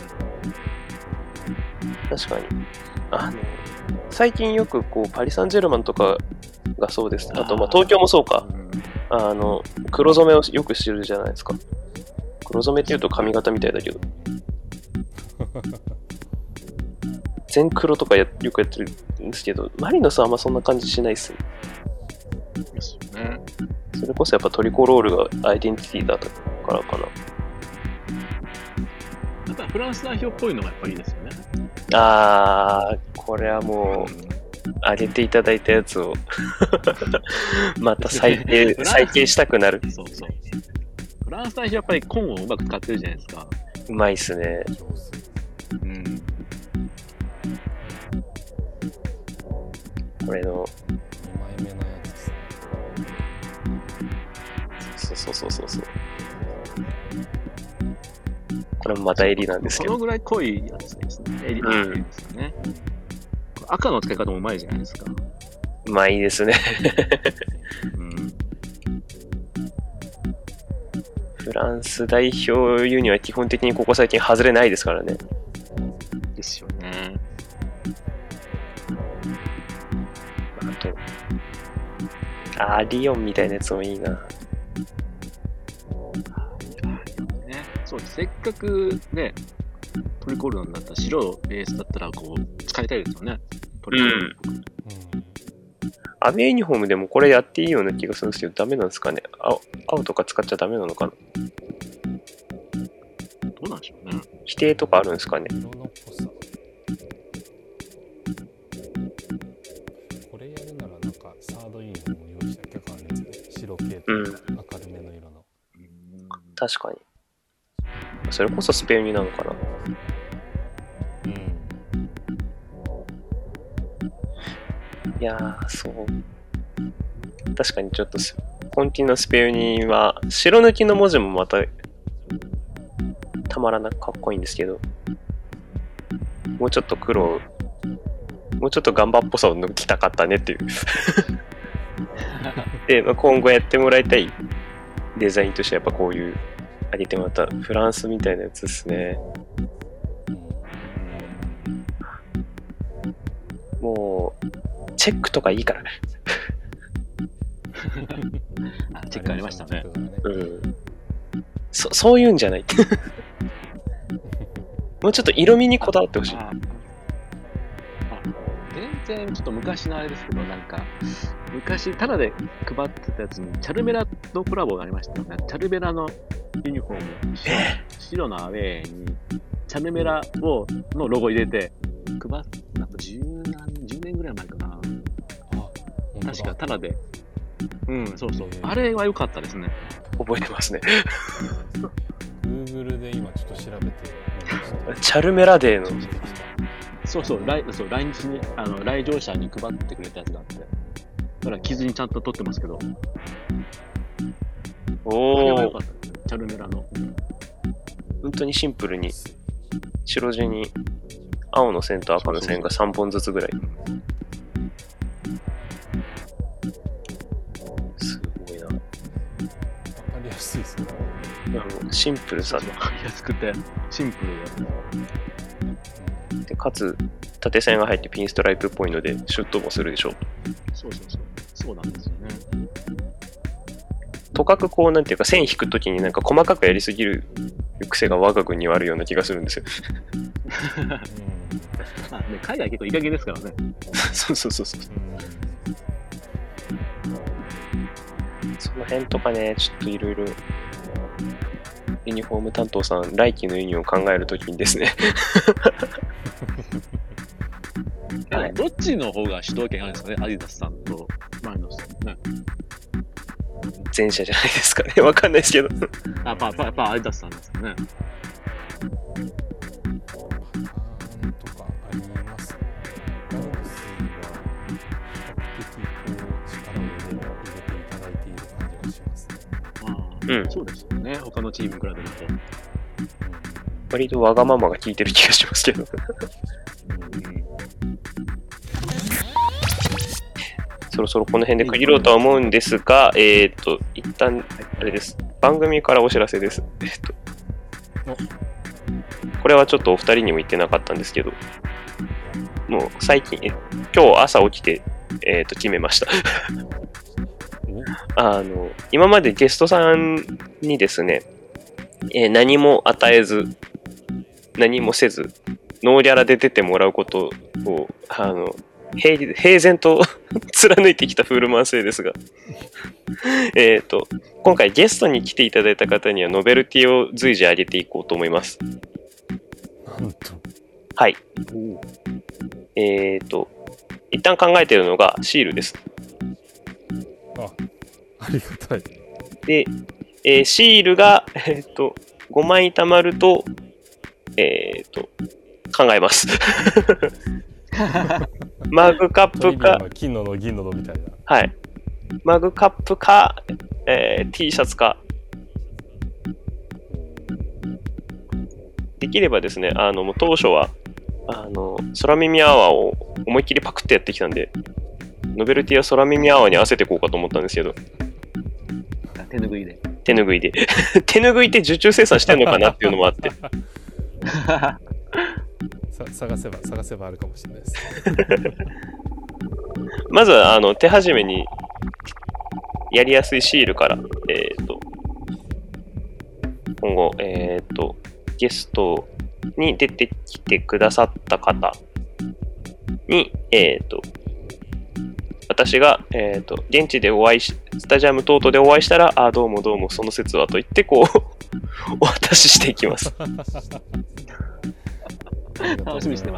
ですよね。 確かに。あの、最近よくこうパリ・サンジェルマンとかがそうです。あとまあ東京もそうか。あの黒染めをよくしてるじゃないですか。黒染めっていうと髪型みたいだけど。全黒とかやよくやってるんですけど、マリノスはあんまそんな感じしないっすね。 ですよね。 それこそやっぱトリコロールがアイデンティティだったからかな。 やっぱフランス代表っぽいのがやっぱいいですよね。 あー、これはもう、上げていただいたやつをまた再掲再掲したくなる。 そうそう。フランス代表やっぱりコンをうまく使ってるじゃないですか。 うまいっすね。 うん。 これのにまいめのやつですね。 そうそうそうそうそう。これもまた襟なんですけど。 このぐらい濃いやつですね。襟、うん、ですよね。赤の使い方もうまいじゃないですか。 うまいですね、 うん。 フランス代表ユニは基本的にここ最近外れないですからね。 ですよね。 あと、あー、リオンみたいなやつもいいな。 そうです。せっかくね、トリコールなんだったら白ベースだったらこう使いたいですよね。トリコール。うん。 アウェーユニフォームでもこれやっていいような気がするんですけど、ダメなんですかね。青、青とか使っちゃダメなのかな。 どうなんでしょうね。 規定とかあるんですかね。 色の濃さ。これやるならなんかサードユニフォーム用意しなきゃ変わるんですね。白系とか明るめの色の。 うん、確かに。それこそスペインになのかな。 うん。 いやー、そう。確かにちょっとコンティのスペインには白抜きの文字もまたたまらなくかっこいいんですけど、もうちょっと黒を、もうちょっとガンバっぽさを抜きたかったねっていう。で、まあ、今後やってもらいたいデザインとしてはやっぱこういう上げてもらったフランスみたいなやつですね。もうチェックとかいいから。 あ、チェックありましたね。 うん。そそういうんじゃない。もうちょっと色味にこだわってほしい。 ああ、全然ちょっと昔のあれですけど、なんか昔タダで配ってたやつにチャルメラのコラボがありましたよね。チャルメラのユニフォーム、白, 白のアウェーにチャルメラをのロゴ入れて配っなんか十何十年ぐらい前かな。あ、確かタダで。うん、そうそう。あれは良かったですね。 覚えてますね。 う Google で今ちょっと調べてみました。 チャルメラデーの。 そうそう、来そう来日にあの来場者に配ってくれたやつがあって、だから傷にちゃんと取ってますけど、 おこれは良おか、ったですね、チャルメラの。 本当にシンプルに白地に青の線と赤の線がさんぼんずつぐらい。すごいな。 わかりやすいですね。 あのシンプルさわかりやすくてシンプルで、 で、かつ縦線が入ってピンストライプっぽいのでシュッともするでしょう。 そうそうそう、そうなんですよね。 とかくこうなんていうか線引くときになんか細かくやりすぎる癖が我が国にはあるような気がするんですよ。 うん、 まあね、海外結構いい加減ですからね。 そうそうそうそう。 うん、 その辺とかね、ちょっといろいろユニフォーム担当さん、来季のユニを考えるときにですねはい、 どっちの方が主導権あるんですかね、アディダスさんとマリノスさんね。 前者じゃないですかね。わかんないですけどあ、やっぱ、やっぱアディダスさんですよね。 なんとかありますね。マリノスは比較的こう力を入れていただいている感じがしますね。 ああ、 うんそうですよね。他のチームに比べると。 割とわがままが効いてる気がしますけどそろそろこの辺で区切ろうとは思うんですが、えっと、一旦、あれです。番組からお知らせです。えっと、これはちょっとお二人にも言ってなかったんですけど、もう最近、え今日朝起きて、えっと、決めました。あの、今までゲストさんにですね、えー何も与えず、何もせず、ノーギャラで出てもらうことを、あの、平平然と貫いてきたフールマン生ですがえっと今回ゲストに来ていただいた方にはノベルティを随時上げていこうと思います。 なんと。 はい。えっと一旦考えているのがシールです。 あ、ありがたい。 で、えーシールがえっとごまい貯まるとえっと考えますマグカップか、 金のの銀ののみたいな。 はい。マグカップか、えー、T シャツか。できればですね、あの、もう当初は、あの、空耳アワーを思いっきりパクってやってきたんで、ノベルティや空耳アワーに合わせていこうかと思ったんですけど。 手拭いで。 手拭いで。手拭いって受注生産してんのかなっていうのもあって。 さ探せば探せばあるかもしれないですまずはあの手始めにやりやすいシールから、えー、と今後、えー、とゲストに出てきてくださった方に、えー、と私が、えー、と現地でお会いしスタジアム等々でお会いしたら、あどうもどうもその説はと言ってこうお渡ししていきます楽しみにしてます。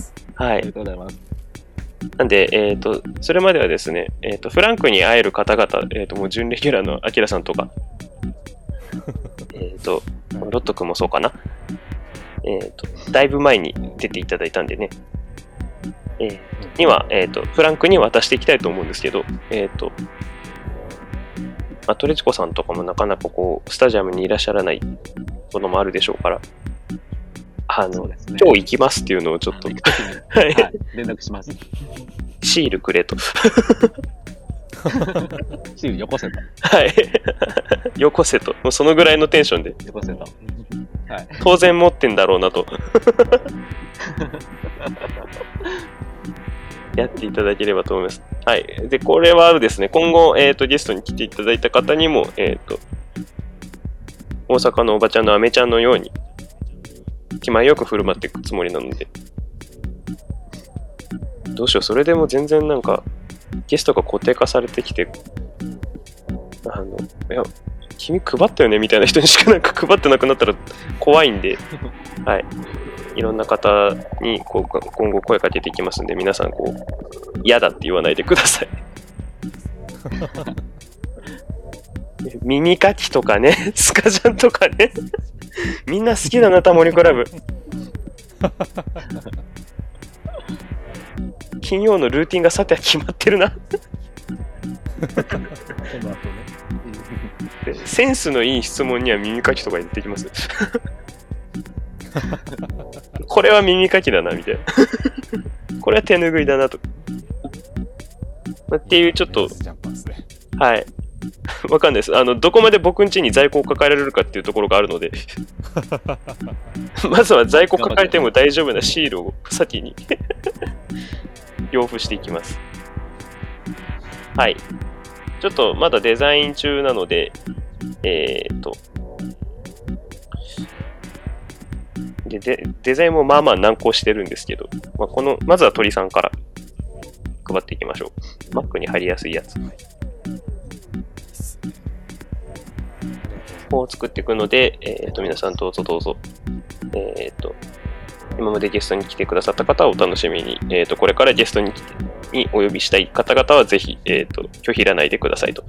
はい。 ありがとうございます。 なんで、えっと、それまではですね、えっと、フランクに会える方々、えっと、もう準レギュラーのアキラさんとか、えっと、ロット君もそうかな。えっと、だいぶ前に出ていただいたんでね、えー、には、えっと、フランクに渡していきたいと思うんですけど、えっと、まあ、トレチコさんとかもなかなかこう、スタジアムにいらっしゃらないこともあるでしょうから、あの、ね、今日行きますっていうのをちょっと、はい、 連絡します。 シールくれと。シールよこせと。 はい。よこせと。もうそのぐらいのテンションで。 よこせと。はい。 当然持ってんだろうなと。やっていただければと思います。はい。で、これはですね、今後、えっと、ゲストに来ていただいた方にも、えっと、大阪のおばちゃんのアメちゃんのように、気前よく振る舞っていくつもりなので、どうしよう、それでも全然なんかゲストが固定化されてきて、あのいや君配ったよねみたいな人にしかなんか配ってなくなったら怖いんで、はい、いろんな方にこう今後声かけていきますんで、皆さんこう嫌だって言わないでください耳かきとかね、スカジャンとかね。みんな好きだな、タモリクラブ。金曜のルーティンがさては決まってるな。 この後ね。 センスのいい質問には耳かきとか言ってきます。これは耳かきだな、みたいな。これは手拭いだなと。っていうちょっと、 ジャンパーですね。 はい。わかんないです。あの、どこまで僕ん家に在庫を抱えられるかっていうところがあるので、まずは在庫抱えても大丈夫なシールを先に洋付していきます。はい。ちょっとまだデザイン中なので、えーっと、ででデザインもまあまあ難航してるんですけど、まあ、この、まずは鳥さんから配っていきましょう。Mac に貼りやすいやつ。こう作っていくので、えー、と皆さんどうぞどうぞ。えー、と今までゲストに来てくださった方はお楽しみに、えー、とこれからゲストににお呼びしたい方々はぜひ、えー、と拒否らないでくださいと。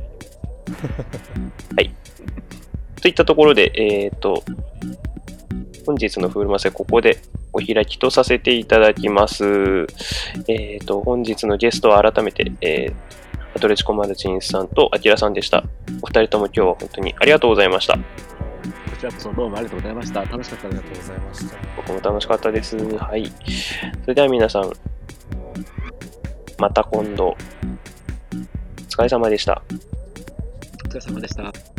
はい。といったところで、えー、と本日のフールマセここでお開きとさせていただきます。えー、と本日のゲストは改めて、えーアトレチコマルチンさんとアキラさんでした。お二人とも今日は本当にありがとうございました。 こちらこそどうもありがとうございました。楽しかったです。 ありがとうございました。 僕も楽しかったです。はい。それでは皆さん、また今度、お疲れ様でした。 お疲れ様でした。